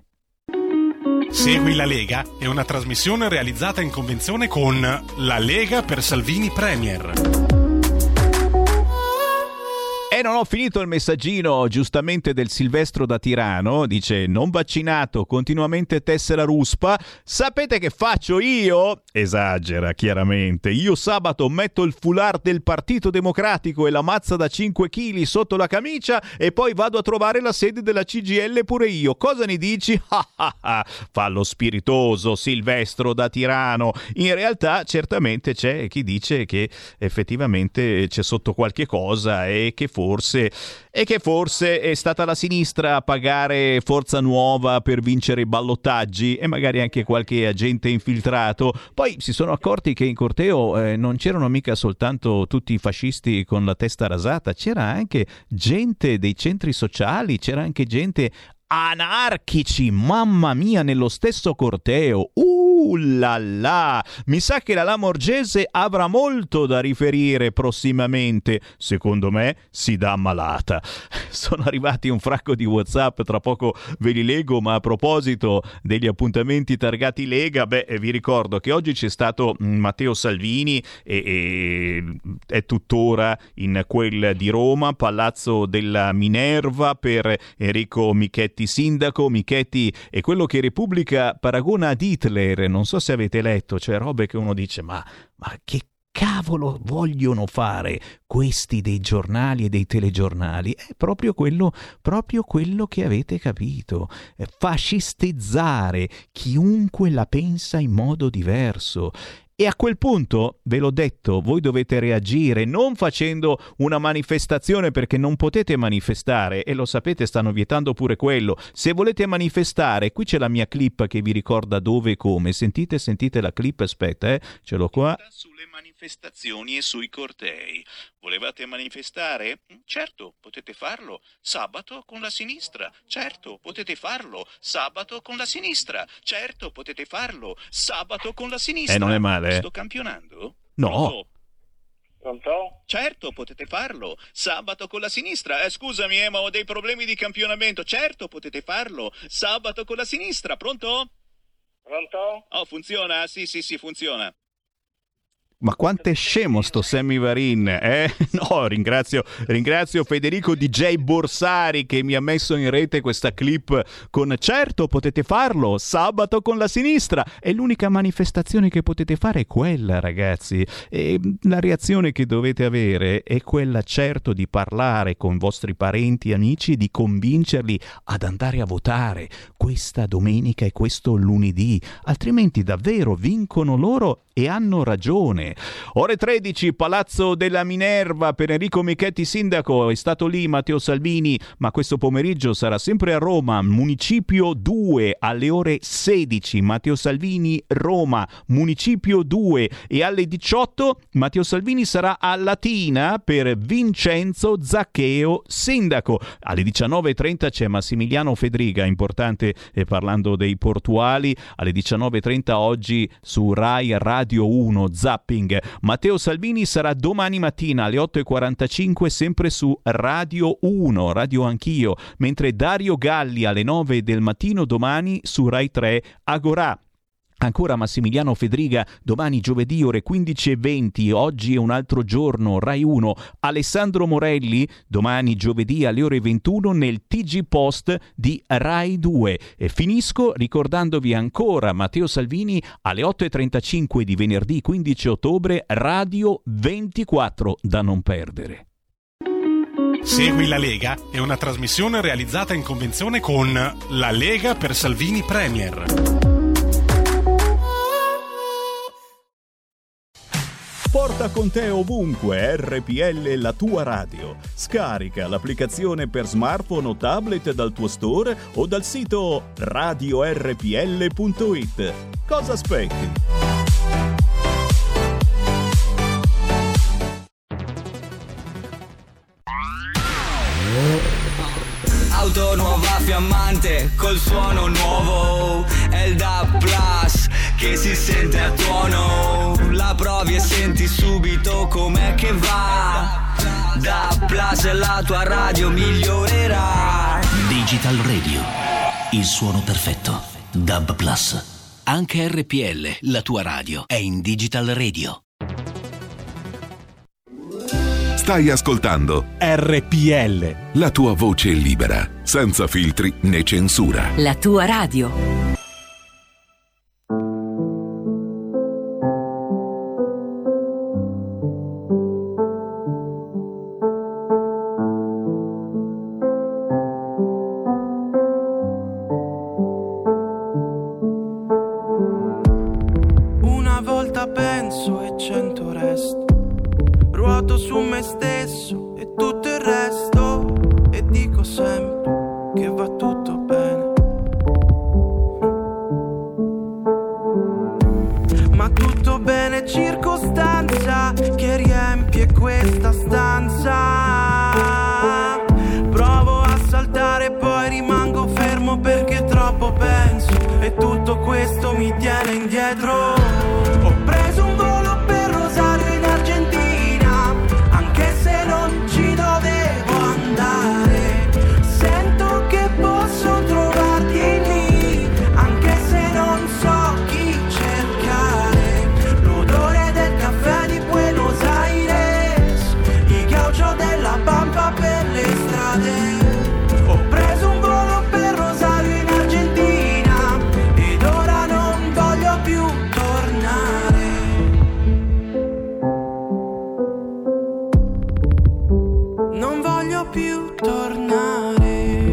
Segui la Lega è una trasmissione realizzata in convenzione con La Lega per Salvini Premier. E non ho finito il messaggino giustamente del Silvestro da Tirano, dice non vaccinato, continuamente tessera ruspa, sapete che faccio io? Esagera chiaramente, io sabato metto il foulard del Partito Democratico e la mazza da cinque chili sotto la camicia e poi vado a trovare la sede della C G I L pure io, cosa ne dici? Fa lo spiritoso Silvestro da Tirano. In realtà certamente c'è chi dice che effettivamente c'è sotto qualche cosa e che forse Forse, e che forse è stata la sinistra a pagare Forza Nuova per vincere i ballottaggi e magari anche qualche agente infiltrato. Poi si sono accorti che in corteo eh, non c'erano mica soltanto tutti i fascisti con la testa rasata, c'era anche gente dei centri sociali, c'era anche gente anarchici, mamma mia, nello stesso corteo. Uh là là, mi sa che la Lamorgese avrà molto da riferire prossimamente. Secondo me si dà malata. Sono arrivati un fracco di WhatsApp, tra poco ve li leggo, ma a proposito degli appuntamenti targati Lega, beh, vi ricordo che oggi c'è stato Matteo Salvini e, e è tuttora in quel di Roma, Palazzo della Minerva, per Enrico Michetti sindaco. Michetti è quello che Repubblica paragona ad Hitler, non so se avete letto, cioè robe che uno dice ma, ma che cavolo vogliono fare questi dei giornali e dei telegiornali? È proprio quello, proprio quello che avete capito, fascistizzare chiunque la pensa in modo diverso. E a quel punto, ve l'ho detto, voi dovete reagire non facendo una manifestazione, perché non potete manifestare, e lo sapete, stanno vietando pure quello. Se volete manifestare, qui c'è la mia clip che vi ricorda dove e come. Sentite, sentite la clip, aspetta, eh, ce l'ho qua. Sulle manifestazioni e sui cortei. Volevate manifestare? Certo, potete farlo. Sabato con la sinistra. Certo, potete farlo. Sabato con la sinistra. Certo, potete farlo. Sabato con la sinistra. Eh, non è male. Sto campionando? No. Pronto? Pronto? Certo, potete farlo. Sabato con la sinistra. Eh, scusami, eh, ma ho dei problemi di campionamento. Certo, potete farlo. Sabato con la sinistra. Pronto? Pronto? Oh, funziona? Sì, sì, sì, funziona. Ma quanto è scemo sto Sammy Varin, eh? No, ringrazio, ringrazio Federico D J Borsari che mi ha messo in rete questa clip con "certo potete farlo, sabato con la sinistra", è l'unica manifestazione che potete fare, è quella, ragazzi, e la reazione che dovete avere è quella, certo, di parlare con vostri parenti e amici e di convincerli ad andare a votare questa domenica e questo lunedì, altrimenti davvero vincono loro e hanno ragione. Ore tredici, Palazzo della Minerva per Enrico Michetti sindaco, è stato lì Matteo Salvini, ma questo pomeriggio sarà sempre a Roma, Municipio due alle ore sedici, Matteo Salvini Roma, Municipio due, e alle diciotto Matteo Salvini sarà a Latina per Vincenzo Zaccheo sindaco. Alle diciannove e trenta c'è Massimiliano Fedriga, importante eh, parlando dei portuali, alle diciannove e trenta oggi su Rai Radio uno Zapping. Matteo Salvini sarà domani mattina alle otto e quarantacinque sempre su Radio uno, Radio Anch'io, mentre Dario Galli alle nove del mattino domani su Rai tre Agorà. Ancora Massimiliano Fedriga domani giovedì ore quindici e venti, oggi è un altro giorno, Rai uno. Alessandro Morelli domani giovedì alle ore ventuno nel T G Post di Rai due. E finisco ricordandovi ancora Matteo Salvini alle otto e trentacinque di venerdì quindici ottobre, Radio ventiquattro, da non perdere. Segui la Lega è una trasmissione realizzata in convenzione con La Lega per Salvini Premier. Porta con te ovunque R P L, la tua radio. Scarica l'applicazione per smartphone o tablet dal tuo store o dal sito radio r p l punto i t. Cosa aspetti? Auto nuova fiammante col suono nuovo, è il D A B Plus che si sente a tuono. La provi e senti subito com'è che va. D A B Plus è la tua radio, migliorerà. Digital Radio, il suono perfetto. D A B Plus. Anche R P L, la tua radio, è in Digital Radio. Stai ascoltando R P L, la tua voce libera, senza filtri né censura. La tua radio. Una volta penso e cento resto, ruoto su me stesso e tutto il resto, e dico sempre che va tutto bene. Ma tutto bene, circostanza che riempie questa stanza. Provo a saltare poi rimango fermo perché troppo penso e tutto questo mi tiene indietro. Ho preso un volo per Rosario in Argentina, anche se non ci dovevo andare. Sento che posso trovarti lì, anche se non so chi cercare. L'odore del caffè di Buenos Aires, il ghiaccio della Pampa per le strade. Ho preso un volo per Rosario in Argentina ed ora non voglio più tornare. Non voglio più tornare.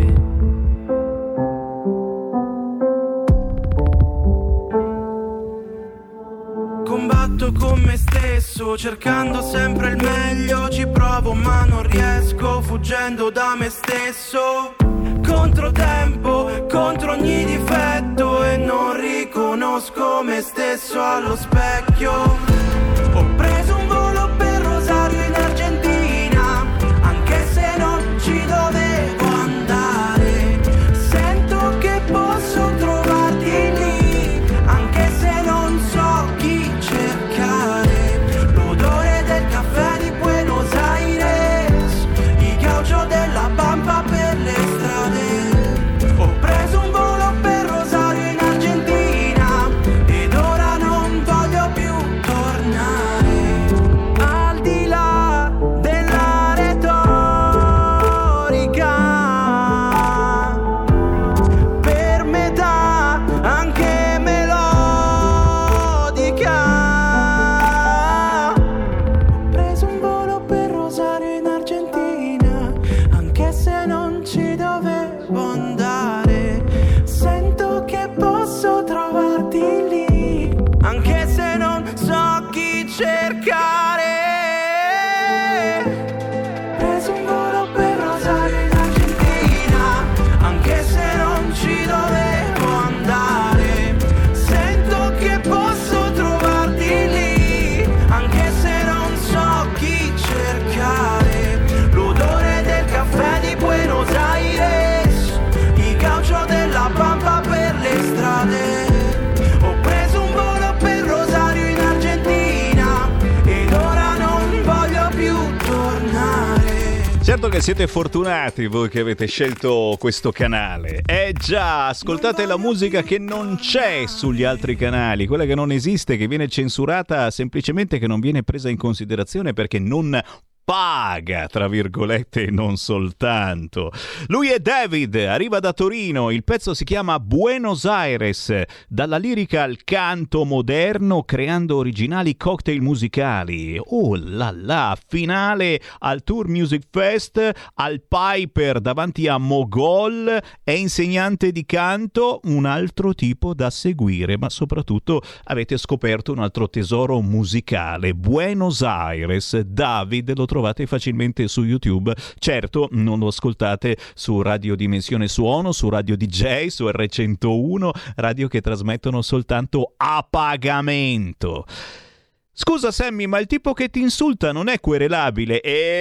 Combatto con me stesso, cercando sempre il meglio. Ci provo ma non riesco, fuggendo da me stesso. Controtempo, contro ogni difetto, e non riconosco me stesso allo specchio. Ho preso un volo per Rosario in Argentina, anche se non ci dovevo andare. Sento che posso trovarti lì, anche se non so chi cercare. L'odore del caffè di Buenos Aires, il ghiaccio della Pampa per le strade. Ho preso un volo per Rosario in Argentina ed ora non voglio più che siete fortunati voi che avete scelto questo canale. Eh già, ascoltate la musica che non c'è sugli altri canali, quella che non esiste, che viene censurata, semplicemente che non viene presa in considerazione perché non paga, tra virgolette, non soltanto. Lui è David, arriva da Torino, il pezzo si chiama Buenos Aires, dalla lirica al canto moderno, creando originali cocktail musicali. Oh là là, finale al Tour Music Fest, al Piper davanti a Mogol, è insegnante di canto, un altro tipo da seguire, ma soprattutto avete scoperto un altro tesoro musicale. Buenos Aires, David, lo trovate facilmente su YouTube. Certo, non lo ascoltate su Radio Dimensione Suono, su Radio D J, su R centouno, radio che trasmettono soltanto a pagamento. Scusa Sammy, ma il tipo che ti insulta non è querelabile?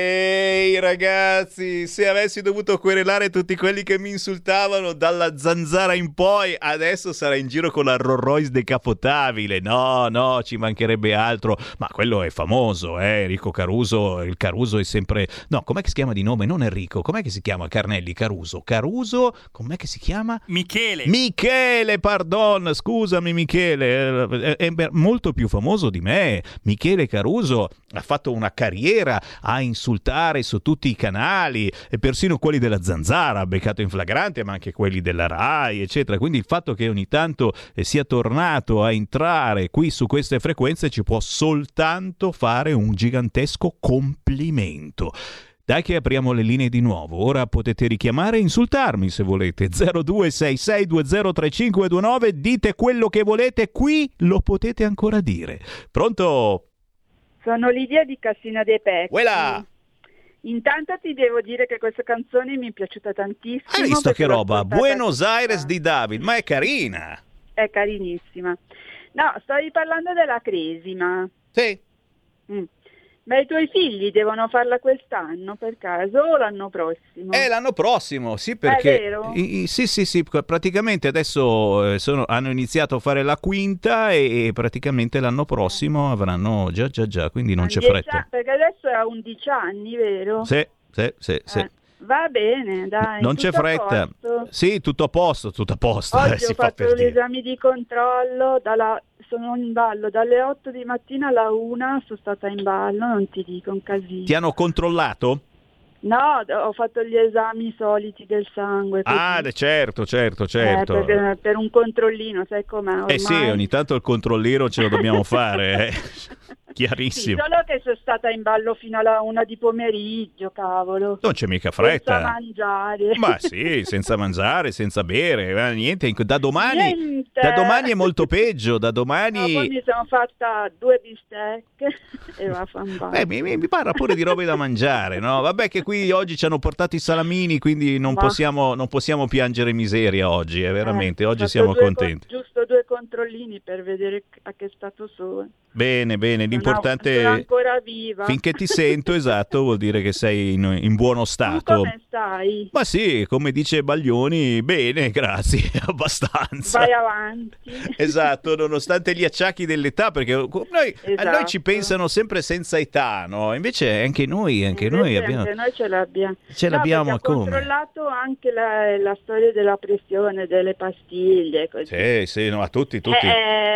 Ehi ragazzi, se avessi dovuto querelare tutti quelli che mi insultavano dalla zanzara in poi, adesso sarà in giro con la Rolls Royce decapotabile. No, no, ci mancherebbe altro. Ma quello è famoso, eh, Enrico Caruso. Il Caruso è sempre... No, com'è che si chiama di nome? Non Enrico, com'è che si chiama? Carnelli, Caruso. Caruso, com'è che si chiama? Michele. Michele, pardon, scusami Michele, è, è molto più famoso di me. Michele Caruso ha fatto una carriera a insultare su tutti i canali e persino quelli della Zanzara ha beccato in flagrante, ma anche quelli della Rai, eccetera. Quindi il fatto che ogni tanto sia tornato a entrare qui su queste frequenze ci può soltanto fare un gigantesco complimento. Dai che apriamo le linee di nuovo, ora potete richiamare e insultarmi se volete, zero due sei sei due zero tre cinque due nove, dite quello che volete, qui lo potete ancora dire. Pronto? Sono Lidia di Cassina dei Pecchi. Uela! Intanto ti devo dire che questa canzone mi è piaciuta tantissimo. Hai visto che roba? Buenos da... Aires di David, ma è carina! È carinissima. No, stavi parlando della Cresima. Sì. Mm. Ma i tuoi figli devono farla quest'anno per caso o l'anno prossimo? Eh, l'anno prossimo, sì, perché... È vero? I, i, sì, sì, sì, praticamente adesso eh, sono, hanno iniziato a fare la quinta e, e praticamente l'anno prossimo avranno già, già, già, quindi non c'è fretta. A, perché adesso ha undici anni, vero? Sì, sì, sì, sì. Eh, va bene, dai. Non c'è fretta. Sì, tutto a posto, tutto a posto. Oggi eh, si ho fa fatto per gli dire. esami di controllo, dalla... sono in ballo dalle otto di mattina alla una, sono stata in ballo, non ti dico, un casino. Ti hanno controllato? No, ho fatto gli esami soliti del sangue. Così. Ah, certo, certo, certo. Eh, per, per un controllino, sai com'è ormai. Eh sì, ogni tanto il controllino ce lo dobbiamo fare, eh. Chiarissimo. Sì, solo che sono stata in ballo fino alla una di pomeriggio, cavolo. Non c'è mica fretta. Senza mangiare. Ma sì, senza mangiare, senza bere, niente. Da domani, niente. Da domani è molto peggio. Da domani. No, poi mi sono fatta due bistecche e va a fanbare. Eh, mi, mi, mi parla pure di robe da mangiare, no? Vabbè che qui oggi ci hanno portato i salamini, quindi non, Ma... possiamo, non possiamo piangere miseria oggi, eh, veramente. Eh, oggi siamo contenti. Con, giusto due controllini per vedere a che stato sono. Bene, bene, l'importante sono ancora viva. Finché ti sento, esatto, vuol dire che sei in, in buono stato. Tu come stai? Ma sì, come dice Baglioni, bene, grazie, abbastanza. Vai avanti. Esatto, nonostante gli acciacchi dell'età, perché noi, esatto. a noi ci pensano sempre senza età, no? Invece anche noi, anche Invece noi abbiamo... Anche noi ce l'abbiamo. Ce no, l'abbiamo ho come? Ho controllato anche la, la storia della pressione, delle pastiglie, così. Sì, sì, no, a tutti, tutti.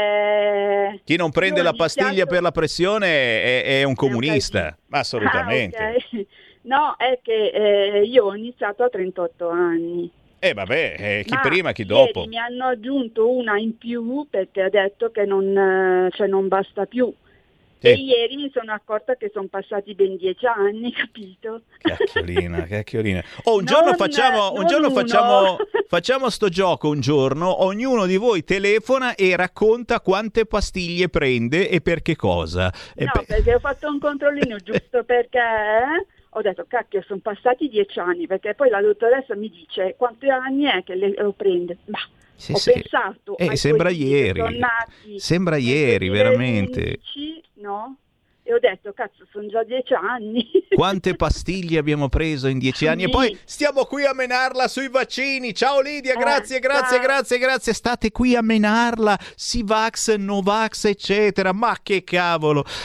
Eh... Chi non prende la pastiglia iniziato... per la pressione è, è un comunista, assolutamente. Ah, okay. No, è che eh, io ho iniziato a trentotto anni. Eh vabbè, eh, chi Ma prima, chi dopo. Mi hanno aggiunto una in più perché ha detto che non, cioè non basta più. Sì. E ieri mi sono accorta che sono passati ben dieci anni, capito? Cacchiolina, cacchiolina. Oh, un non, giorno facciamo, un giorno uno. facciamo, facciamo sto gioco un giorno, ognuno di voi telefona e racconta quante pastiglie prende e per che cosa. E no, pe- perché ho fatto un controllino giusto perché... Ho detto, cacchio, sono passati dieci anni, perché poi la dottoressa mi dice quanti anni è che le, lo prende. Ma sì, ho sì. pensato... Eh, sembra ieri, nati sembra ieri, veramente. undici, no? E ho detto, cazzo, sono già dieci anni. Quante pastiglie abbiamo preso in dieci anni? Sì. E poi stiamo qui a menarla sui vaccini. Ciao Lidia, grazie, eh, grazie, ciao. grazie, grazie. State qui a menarla. Sivax, Novax, eccetera. Ma che cavolo.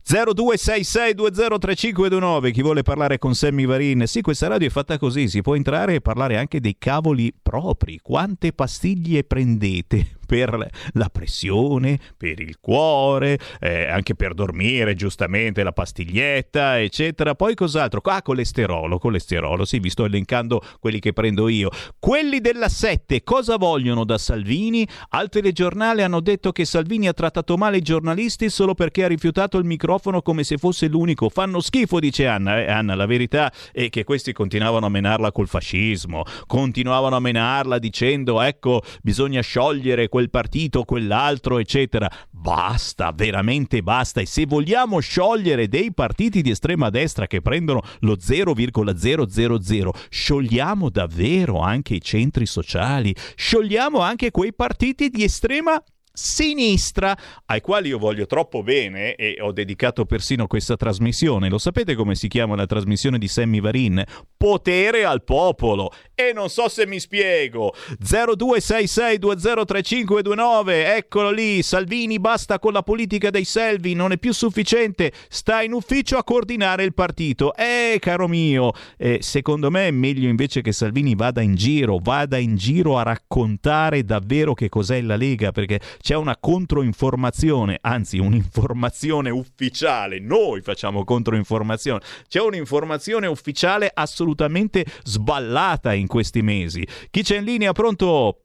zero due sei sei due zero tre cinque due nove. Chi vuole parlare con Sammy Varin? Sì, questa radio è fatta così, si può entrare e parlare anche dei cavoli propri. Quante pastiglie prendete per la pressione, per il cuore, eh, anche per dormire, giustamente, la pastiglietta, eccetera. Poi cos'altro? Ah, colesterolo, colesterolo, sì, vi sto elencando quelli che prendo io. Quelli della sette cosa vogliono da Salvini? Al telegiornale hanno detto che Salvini ha trattato male i giornalisti solo perché ha rifiutato il microfono come se fosse l'unico. Fanno schifo, dice Anna. Eh, Anna, la verità è che questi continuavano a menarla col fascismo, continuavano a menarla dicendo ecco, bisogna sciogliere quel partito, quell'altro, eccetera. Basta, veramente basta. E se vogliamo sciogliere dei partiti di estrema destra che prendono lo zero virgola zero zero zero, sciogliamo davvero anche i centri sociali, sciogliamo anche quei partiti di estrema sinistra ai quali io voglio troppo bene e ho dedicato persino questa trasmissione. Lo sapete come si chiama la trasmissione di Sammy Varin? Potere al popolo. E non so se mi spiego. Zero due sei sei due zero tre cinque due nove, eccolo lì. Salvini, basta con la politica dei selvi, non è più sufficiente, sta in ufficio a coordinare il partito. Eh, caro mio, eh, secondo me è meglio invece che Salvini vada in giro, vada in giro a raccontare davvero che cos'è la Lega, perché c'è una controinformazione, anzi un'informazione ufficiale, noi facciamo controinformazione, c'è un'informazione ufficiale assolutamente sballata in questi mesi. Chi c'è in linea? Pronto?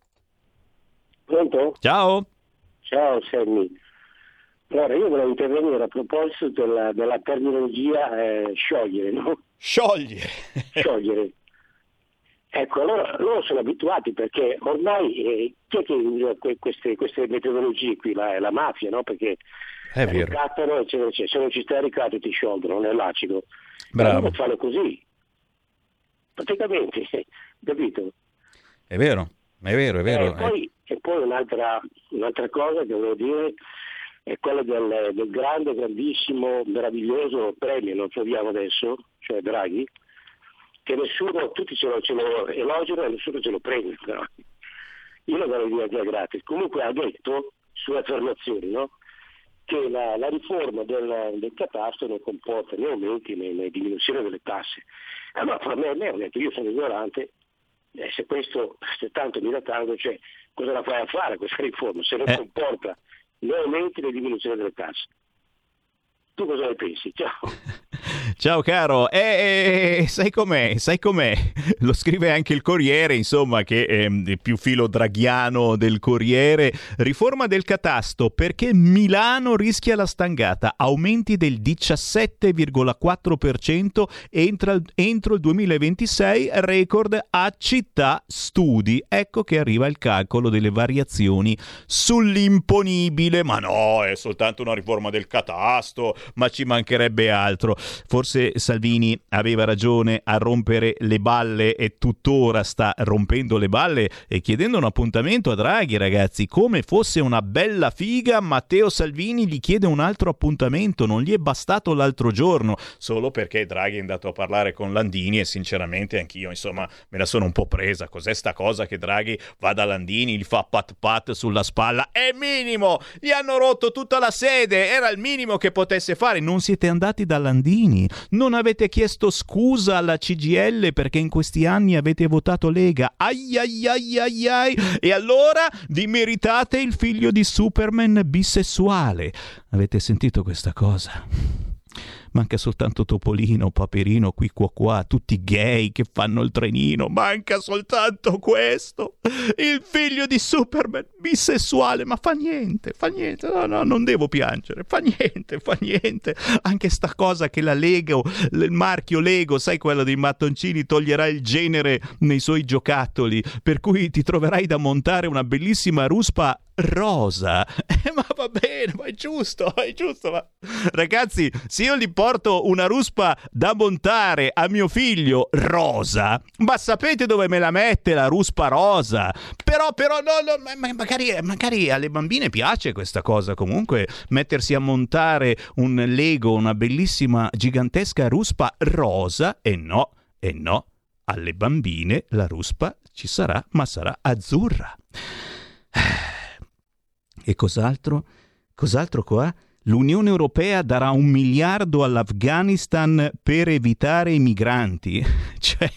Pronto? Ciao. Ciao Sammy. Allora io volevo intervenire a proposito della, della terminologia eh, sciogliere, no? Sciogliere. Sciogliere. Ecco, allora loro sono abituati perché ormai eh, chi è che usa queste, queste metodologie qui? La, la mafia, no? Perché è vero. Ricattano, eccetera, eccetera. Se non ci stai ricatto ti sciolgono, non è l'acido. Bravo. Ma fanno così. Praticamente, capito? È vero, è vero, è vero. E poi, e poi un'altra, un'altra cosa che volevo dire è quella del, del grande, grandissimo, meraviglioso premio, lo troviamo adesso, cioè Draghi, che nessuno, tutti ce lo, ce lo elogiano e nessuno ce lo prende. Però. Io lo darei via via gratis. Comunque ha detto, sulle affermazioni, no? Che la, la riforma del, del catasto non comporta né aumenti né, né diminuzione delle tasse. Allora per me, me ho detto, io sono ignorante, eh, se questo, se tanto mi da tanto, cioè, cosa la fai a fare questa riforma se non eh. comporta né aumenti né diminuzione delle tasse? Tu cosa ne pensi? Ciao. Ciao caro, eh, eh, sai com'è, sai com'è? Lo scrive anche il Corriere, insomma, che è più filo draghiano del Corriere. Riforma del catasto perché Milano rischia la stangata, aumenti del diciassette virgola quattro per cento entro, entro il duemilaventisei, record a Città Studi. Ecco che arriva il calcolo delle variazioni sull'imponibile. Ma no, è soltanto una riforma del catasto, ma ci mancherebbe altro. Forse Salvini aveva ragione a rompere le balle e tuttora sta rompendo le balle e chiedendo un appuntamento a Draghi, ragazzi, come fosse una bella figa. Matteo Salvini gli chiede un altro appuntamento, non gli è bastato l'altro giorno, solo perché Draghi è andato a parlare con Landini e sinceramente anch'io, insomma, me la sono un po' presa. Cos'è sta cosa che Draghi va da Landini, gli fa pat pat sulla spalla? È minimo, gli hanno rotto tutta la sede, era il minimo che potesse fare. Non siete andati da Landini, non avete chiesto scusa alla C G I L perché in questi anni avete votato Lega. Ai ai ai ai ai. E allora vi meritate il figlio di Superman bisessuale. Avete sentito questa cosa? Manca soltanto Topolino, Paperino, qui qua qua, tutti gay che fanno il trenino. Manca soltanto questo. Il figlio di Superman bisessuale. Ma fa niente, fa niente. No, no, non devo piangere. Fa niente, fa niente. Anche sta cosa che la Lego, il marchio Lego, sai quello dei mattoncini, toglierà il genere nei suoi giocattoli. Per cui ti troverai da montare una bellissima ruspa rosa. Eh, ma va bene, ma è giusto, è giusto. Ma... Ragazzi, se io gli porto una ruspa da montare a mio figlio rosa, ma sapete dove me la mette la ruspa rosa? Però, però, no, no, ma magari, magari alle bambine piace questa cosa. Comunque, mettersi a montare un Lego, una bellissima, gigantesca ruspa rosa, e no, e no, alle bambine la ruspa ci sarà, ma sarà azzurra. E cos'altro? Cos'altro qua? l'Unione Europea darà un miliardo all'Afghanistan per evitare i migranti. Cioè,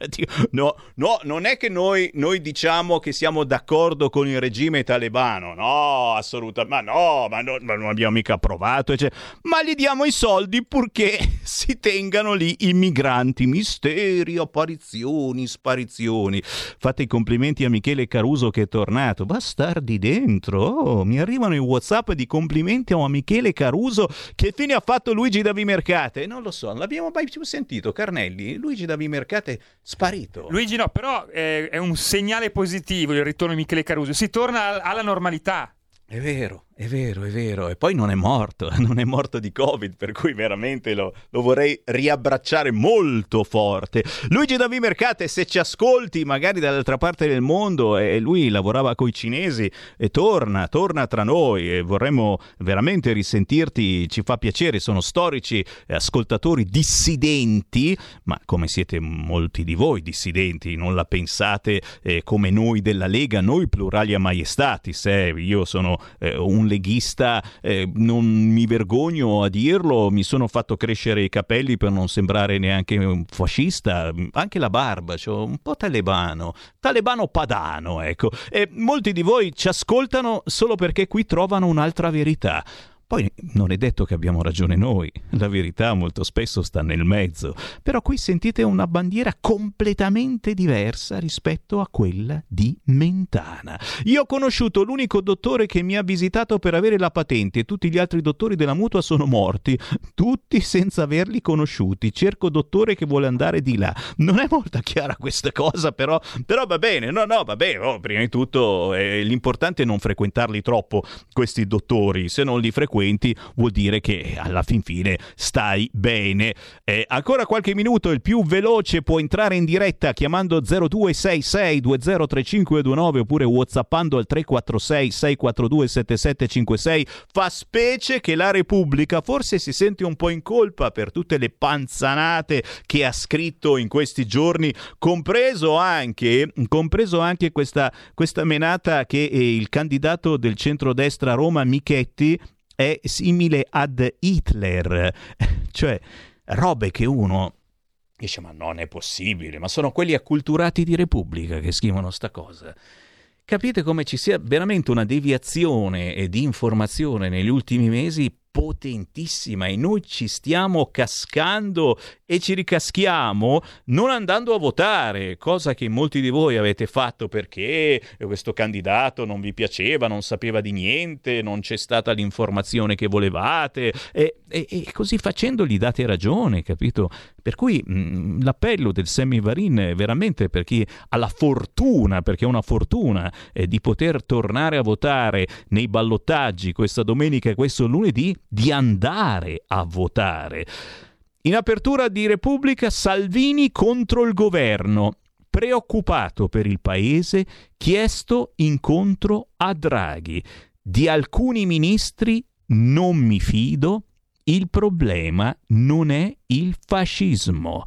no, no, non è che noi, noi diciamo che siamo d'accordo con il regime talebano, no, assolutamente, ma no, ma, no, ma non abbiamo mica provato, cioè, ma gli diamo i soldi purché si tengano lì i migranti, misteri, apparizioni, sparizioni. Fate i complimenti a Michele Caruso che è tornato, bastardi dentro, oh, mi arrivano i WhatsApp di complimenti a Michele Caruso. Che fine ha fatto Luigi da Vimercate? Non lo so, non l'abbiamo mai più sentito. Carnelli, Luigi da Vimercate sparito. Luigi no, però eh, è un segnale positivo il ritorno di Michele Caruso, si torna alla normalità. È vero, è vero, è vero. E poi non è morto, non è morto di Covid, per cui veramente lo, lo vorrei riabbracciare molto forte. Luigi da Vimercate, se ci ascolti magari dall'altra parte del mondo, e lui lavorava coi cinesi, e torna, torna tra noi e vorremmo veramente risentirti, ci fa piacere. Sono storici ascoltatori dissidenti, ma come siete molti di voi dissidenti, non la pensate eh, come noi della Lega, noi pluralia maiestatis, eh, io sono Eh, un leghista, eh, non mi vergogno a dirlo, mi sono fatto crescere i capelli per non sembrare neanche un fascista, anche la barba, c'ho un po' talebano, talebano padano, ecco. E molti di voi ci ascoltano solo perché qui trovano un'altra verità. Poi non è detto che abbiamo ragione noi, la verità molto spesso sta nel mezzo, però qui sentite una bandiera completamente diversa rispetto a quella di Mentana. Io ho conosciuto l'unico dottore che mi ha visitato per avere la patente e tutti gli altri dottori della mutua sono morti, tutti senza averli conosciuti. Cerco dottore che vuole andare di là. Non è molto chiara questa cosa, però, però va bene, no, no, va bene. Oh, prima di tutto eh, l'importante è non frequentarli troppo questi dottori, se non li frequenti vuol dire che alla fin fine stai bene. Eh, ancora qualche minuto, il più veloce può entrare in diretta chiamando zero due sei sei due zero tre cinque due nove oppure whatsappando al tre quattro sei sei quattro due sette sette cinque sei. Fa specie che la Repubblica forse si sente un po' in colpa per tutte le panzanate che ha scritto in questi giorni, compreso anche, compreso anche questa, questa menata che il candidato del centrodestra a Roma, Michetti, è simile ad Hitler, cioè robe che uno dice ma non è possibile, ma sono quelli acculturati di Repubblica che scrivono sta cosa. Capite come ci sia veramente una deviazione di informazione negli ultimi mesi potentissima e noi ci stiamo cascando e ci ricaschiamo non andando a votare, cosa che molti di voi avete fatto perché questo candidato non vi piaceva, non sapeva di niente, non c'è stata l'informazione che volevate e, e, e così facendo gli date ragione, capito? Per cui mh, l'appello del Semivarin è veramente per chi ha la fortuna, perché è una fortuna eh, di poter tornare a votare nei ballottaggi questa domenica e questo lunedì, di andare a votare. In apertura di Repubblica, Salvini contro il governo, preoccupato per il paese, chiesto incontro a Draghi. Di alcuni ministri non mi fido, il problema non è il fascismo.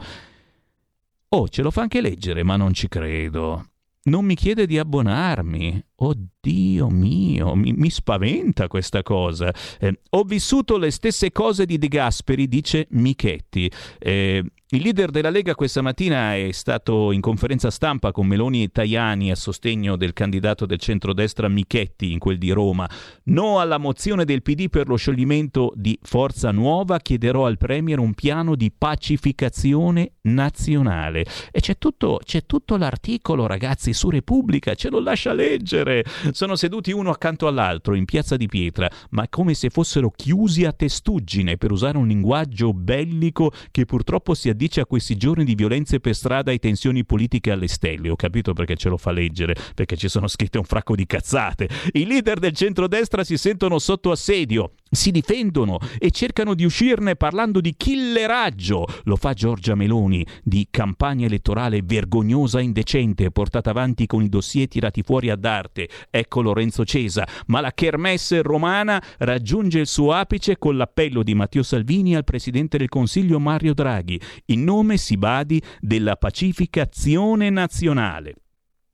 Oh, ce lo fa anche leggere, ma non ci credo. Non mi chiede di abbonarmi. Oddio mio, mi, mi spaventa questa cosa. Eh, ho vissuto le stesse cose di De Gasperi, dice Michetti. Eh, il leader della Lega questa mattina è stato in conferenza stampa con Meloni e Tajani a sostegno del candidato del centrodestra Michetti in quel di Roma. No alla mozione del P D per lo scioglimento di Forza Nuova, chiederò al Premier un piano di pacificazione nazionale. E c'è tutto, c'è tutto l'articolo, ragazzi, su Repubblica, ce lo lascia leggere. Sono seduti uno accanto all'altro in Piazza di Pietra, ma come se fossero chiusi a testuggine, per usare un linguaggio bellico che purtroppo si addice a questi giorni di violenze per strada e tensioni politiche alle stelle. Ho capito perché ce lo fa leggere, perché ci sono scritte un fracco di cazzate. I leader del centrodestra si sentono sotto assedio, si difendono e cercano di uscirne parlando di killeraggio. Lo fa Giorgia Meloni, di campagna elettorale vergognosa e indecente portata avanti con i dossier tirati fuori ad arte. Ecco Lorenzo Cesa, ma la kermesse romana raggiunge il suo apice con l'appello di Matteo Salvini al Presidente del Consiglio Mario Draghi, in nome, si badi, della pacificazione nazionale.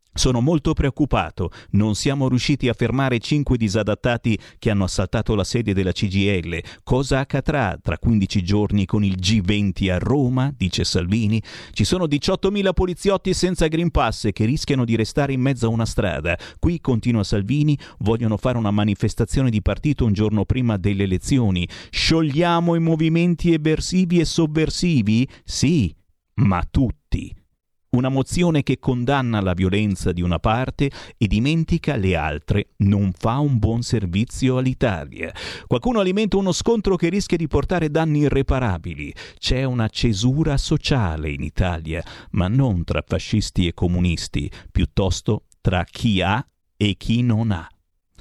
Sono molto preoccupato, non siamo riusciti a fermare cinque disadattati che hanno assaltato la sede della C G I L. Cosa accadrà tra quindici giorni con il G venti a Roma, dice Salvini? Ci sono diciottomila poliziotti senza Green Pass che rischiano di restare in mezzo a una strada. Qui, continua Salvini, vogliono fare una manifestazione di partito un giorno prima delle elezioni. Sciogliamo i movimenti eversivi e sovversivi? Sì, ma tutti. Una mozione che condanna la violenza di una parte e dimentica le altre non fa un buon servizio all'Italia. Qualcuno alimenta uno scontro che rischia di portare danni irreparabili. C'è una cesura sociale in Italia, ma non tra fascisti e comunisti, piuttosto tra chi ha e chi non ha.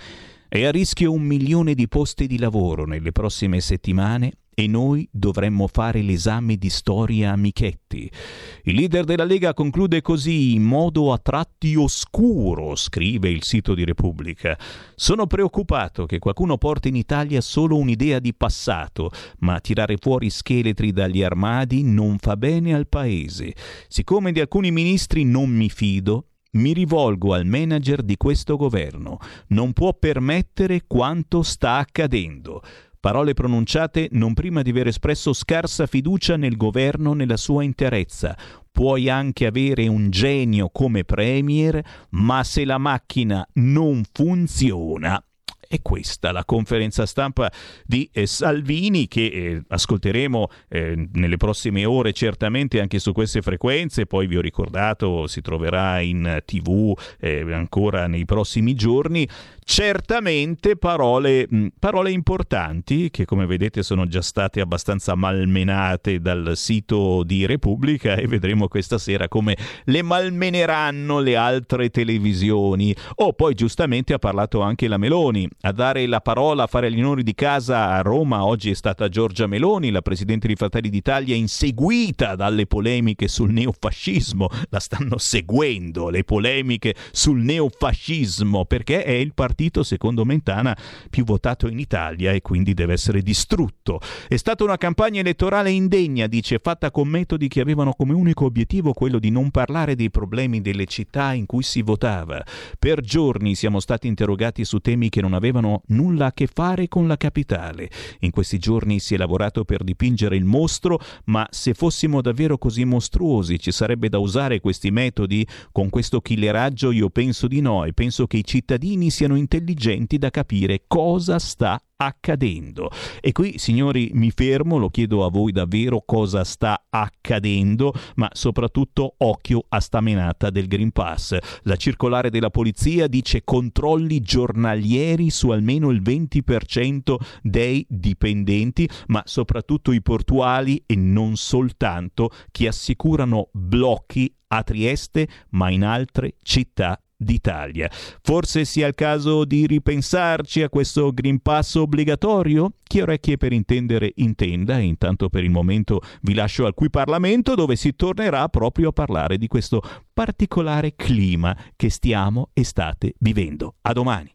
È a rischio un milione di posti di lavoro nelle prossime settimane e noi dovremmo fare l'esame di storia a Michetti. Il leader della Lega conclude così in modo a tratti oscuro, scrive il sito di Repubblica. Sono preoccupato che qualcuno porti in Italia solo un'idea di passato, ma tirare fuori scheletri dagli armadi non fa bene al paese. Siccome di alcuni ministri non mi fido, mi rivolgo al manager di questo governo. Non può permettere quanto sta accadendo. Parole pronunciate non prima di aver espresso scarsa fiducia nel governo nella sua interezza. Puoi anche avere un genio come premier, ma se la macchina non funziona... E questa la conferenza stampa di eh, Salvini che eh, ascolteremo eh, nelle prossime ore certamente anche su queste frequenze, poi vi ho ricordato si troverà in tivù eh, ancora nei prossimi giorni. Certamente parole, mh, parole importanti che come vedete sono già state abbastanza malmenate dal sito di Repubblica e vedremo questa sera come le malmeneranno le altre televisioni. Oh, poi giustamente ha parlato anche la Meloni. A dare la parola, a fare gli onori di casa a Roma oggi è stata Giorgia Meloni, la presidente di Fratelli d'Italia, inseguita dalle polemiche sul neofascismo. La stanno seguendo le polemiche sul neofascismo perché è il partito, secondo Mentana, più votato in Italia e quindi deve essere distrutto. È stata una campagna elettorale indegna, dice, fatta con metodi che avevano come unico obiettivo quello di non parlare dei problemi delle città in cui si votava. Per giorni siamo stati interrogati su temi che non avevano nulla a che fare con la capitale. In questi giorni si è lavorato per dipingere il mostro, ma se fossimo davvero così mostruosi ci sarebbe da usare questi metodi? Con questo killeraggio io penso di no e penso che i cittadini siano intelligenti da capire cosa sta accadendo. E qui, signori, mi fermo, lo chiedo a voi davvero cosa sta accadendo, ma soprattutto occhio a sta menata del Green Pass. La circolare della polizia dice controlli giornalieri su almeno il venti per cento dei dipendenti, ma soprattutto i portuali e non soltanto, che assicurano blocchi a Trieste, ma in altre città d'Italia. Forse sia il caso di ripensarci a questo Green Pass obbligatorio? Chi orecchie per intendere intenda, e intanto per il momento vi lascio al Qui Parlamento, dove si tornerà proprio a parlare di questo particolare clima che stiamo e state vivendo. A domani.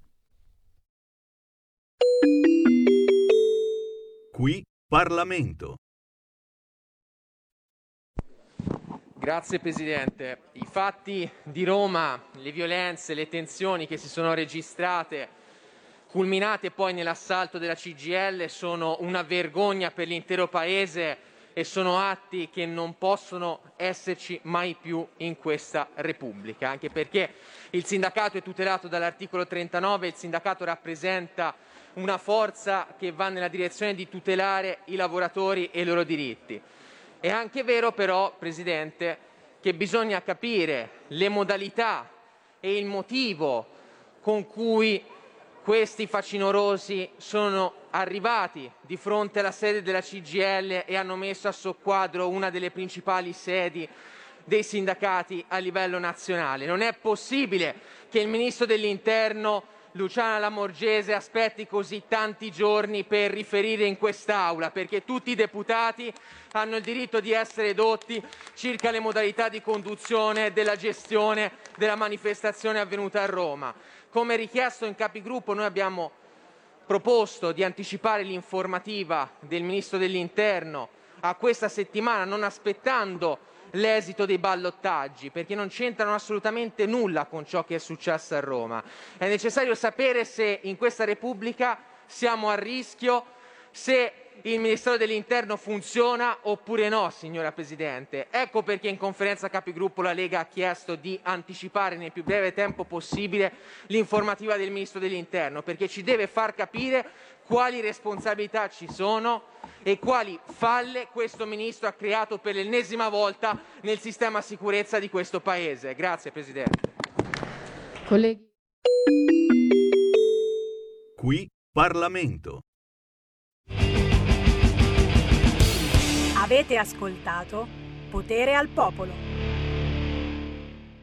Qui Parlamento. Grazie Presidente. I fatti di Roma, le violenze, le tensioni che si sono registrate, culminate poi nell'assalto della C G I L, sono una vergogna per l'intero Paese e sono atti che non possono esserci mai più in questa Repubblica, anche perché il sindacato è tutelato dall'articolo trentanove, il sindacato rappresenta una forza che va nella direzione di tutelare i lavoratori e i loro diritti. È anche vero però, Presidente, che bisogna capire le modalità e il motivo con cui questi facinorosi sono arrivati di fronte alla sede della C G I L e hanno messo a soqquadro una delle principali sedi dei sindacati a livello nazionale. Non è possibile che il Ministro dell'Interno Luciana Lamorgese aspetti così tanti giorni per riferire in quest'Aula, perché tutti i deputati hanno il diritto di essere edotti circa le modalità di conduzione della gestione della manifestazione avvenuta a Roma. Come richiesto in Capigruppo, noi abbiamo proposto di anticipare l'informativa del Ministro dell'Interno a questa settimana, non aspettando l'esito dei ballottaggi, perché non c'entrano assolutamente nulla con ciò che è successo a Roma. È necessario sapere se in questa Repubblica siamo a rischio, se il Ministero dell'Interno funziona oppure no, signora Presidente. Ecco perché in conferenza capigruppo la Lega ha chiesto di anticipare nel più breve tempo possibile l'informativa del Ministro dell'Interno, perché ci deve far capire quali responsabilità ci sono e quali falle questo Ministro ha creato per l'ennesima volta nel sistema sicurezza di questo Paese. Grazie Presidente. Colleghi. Qui Parlamento. Avete ascoltato Potere al Popolo.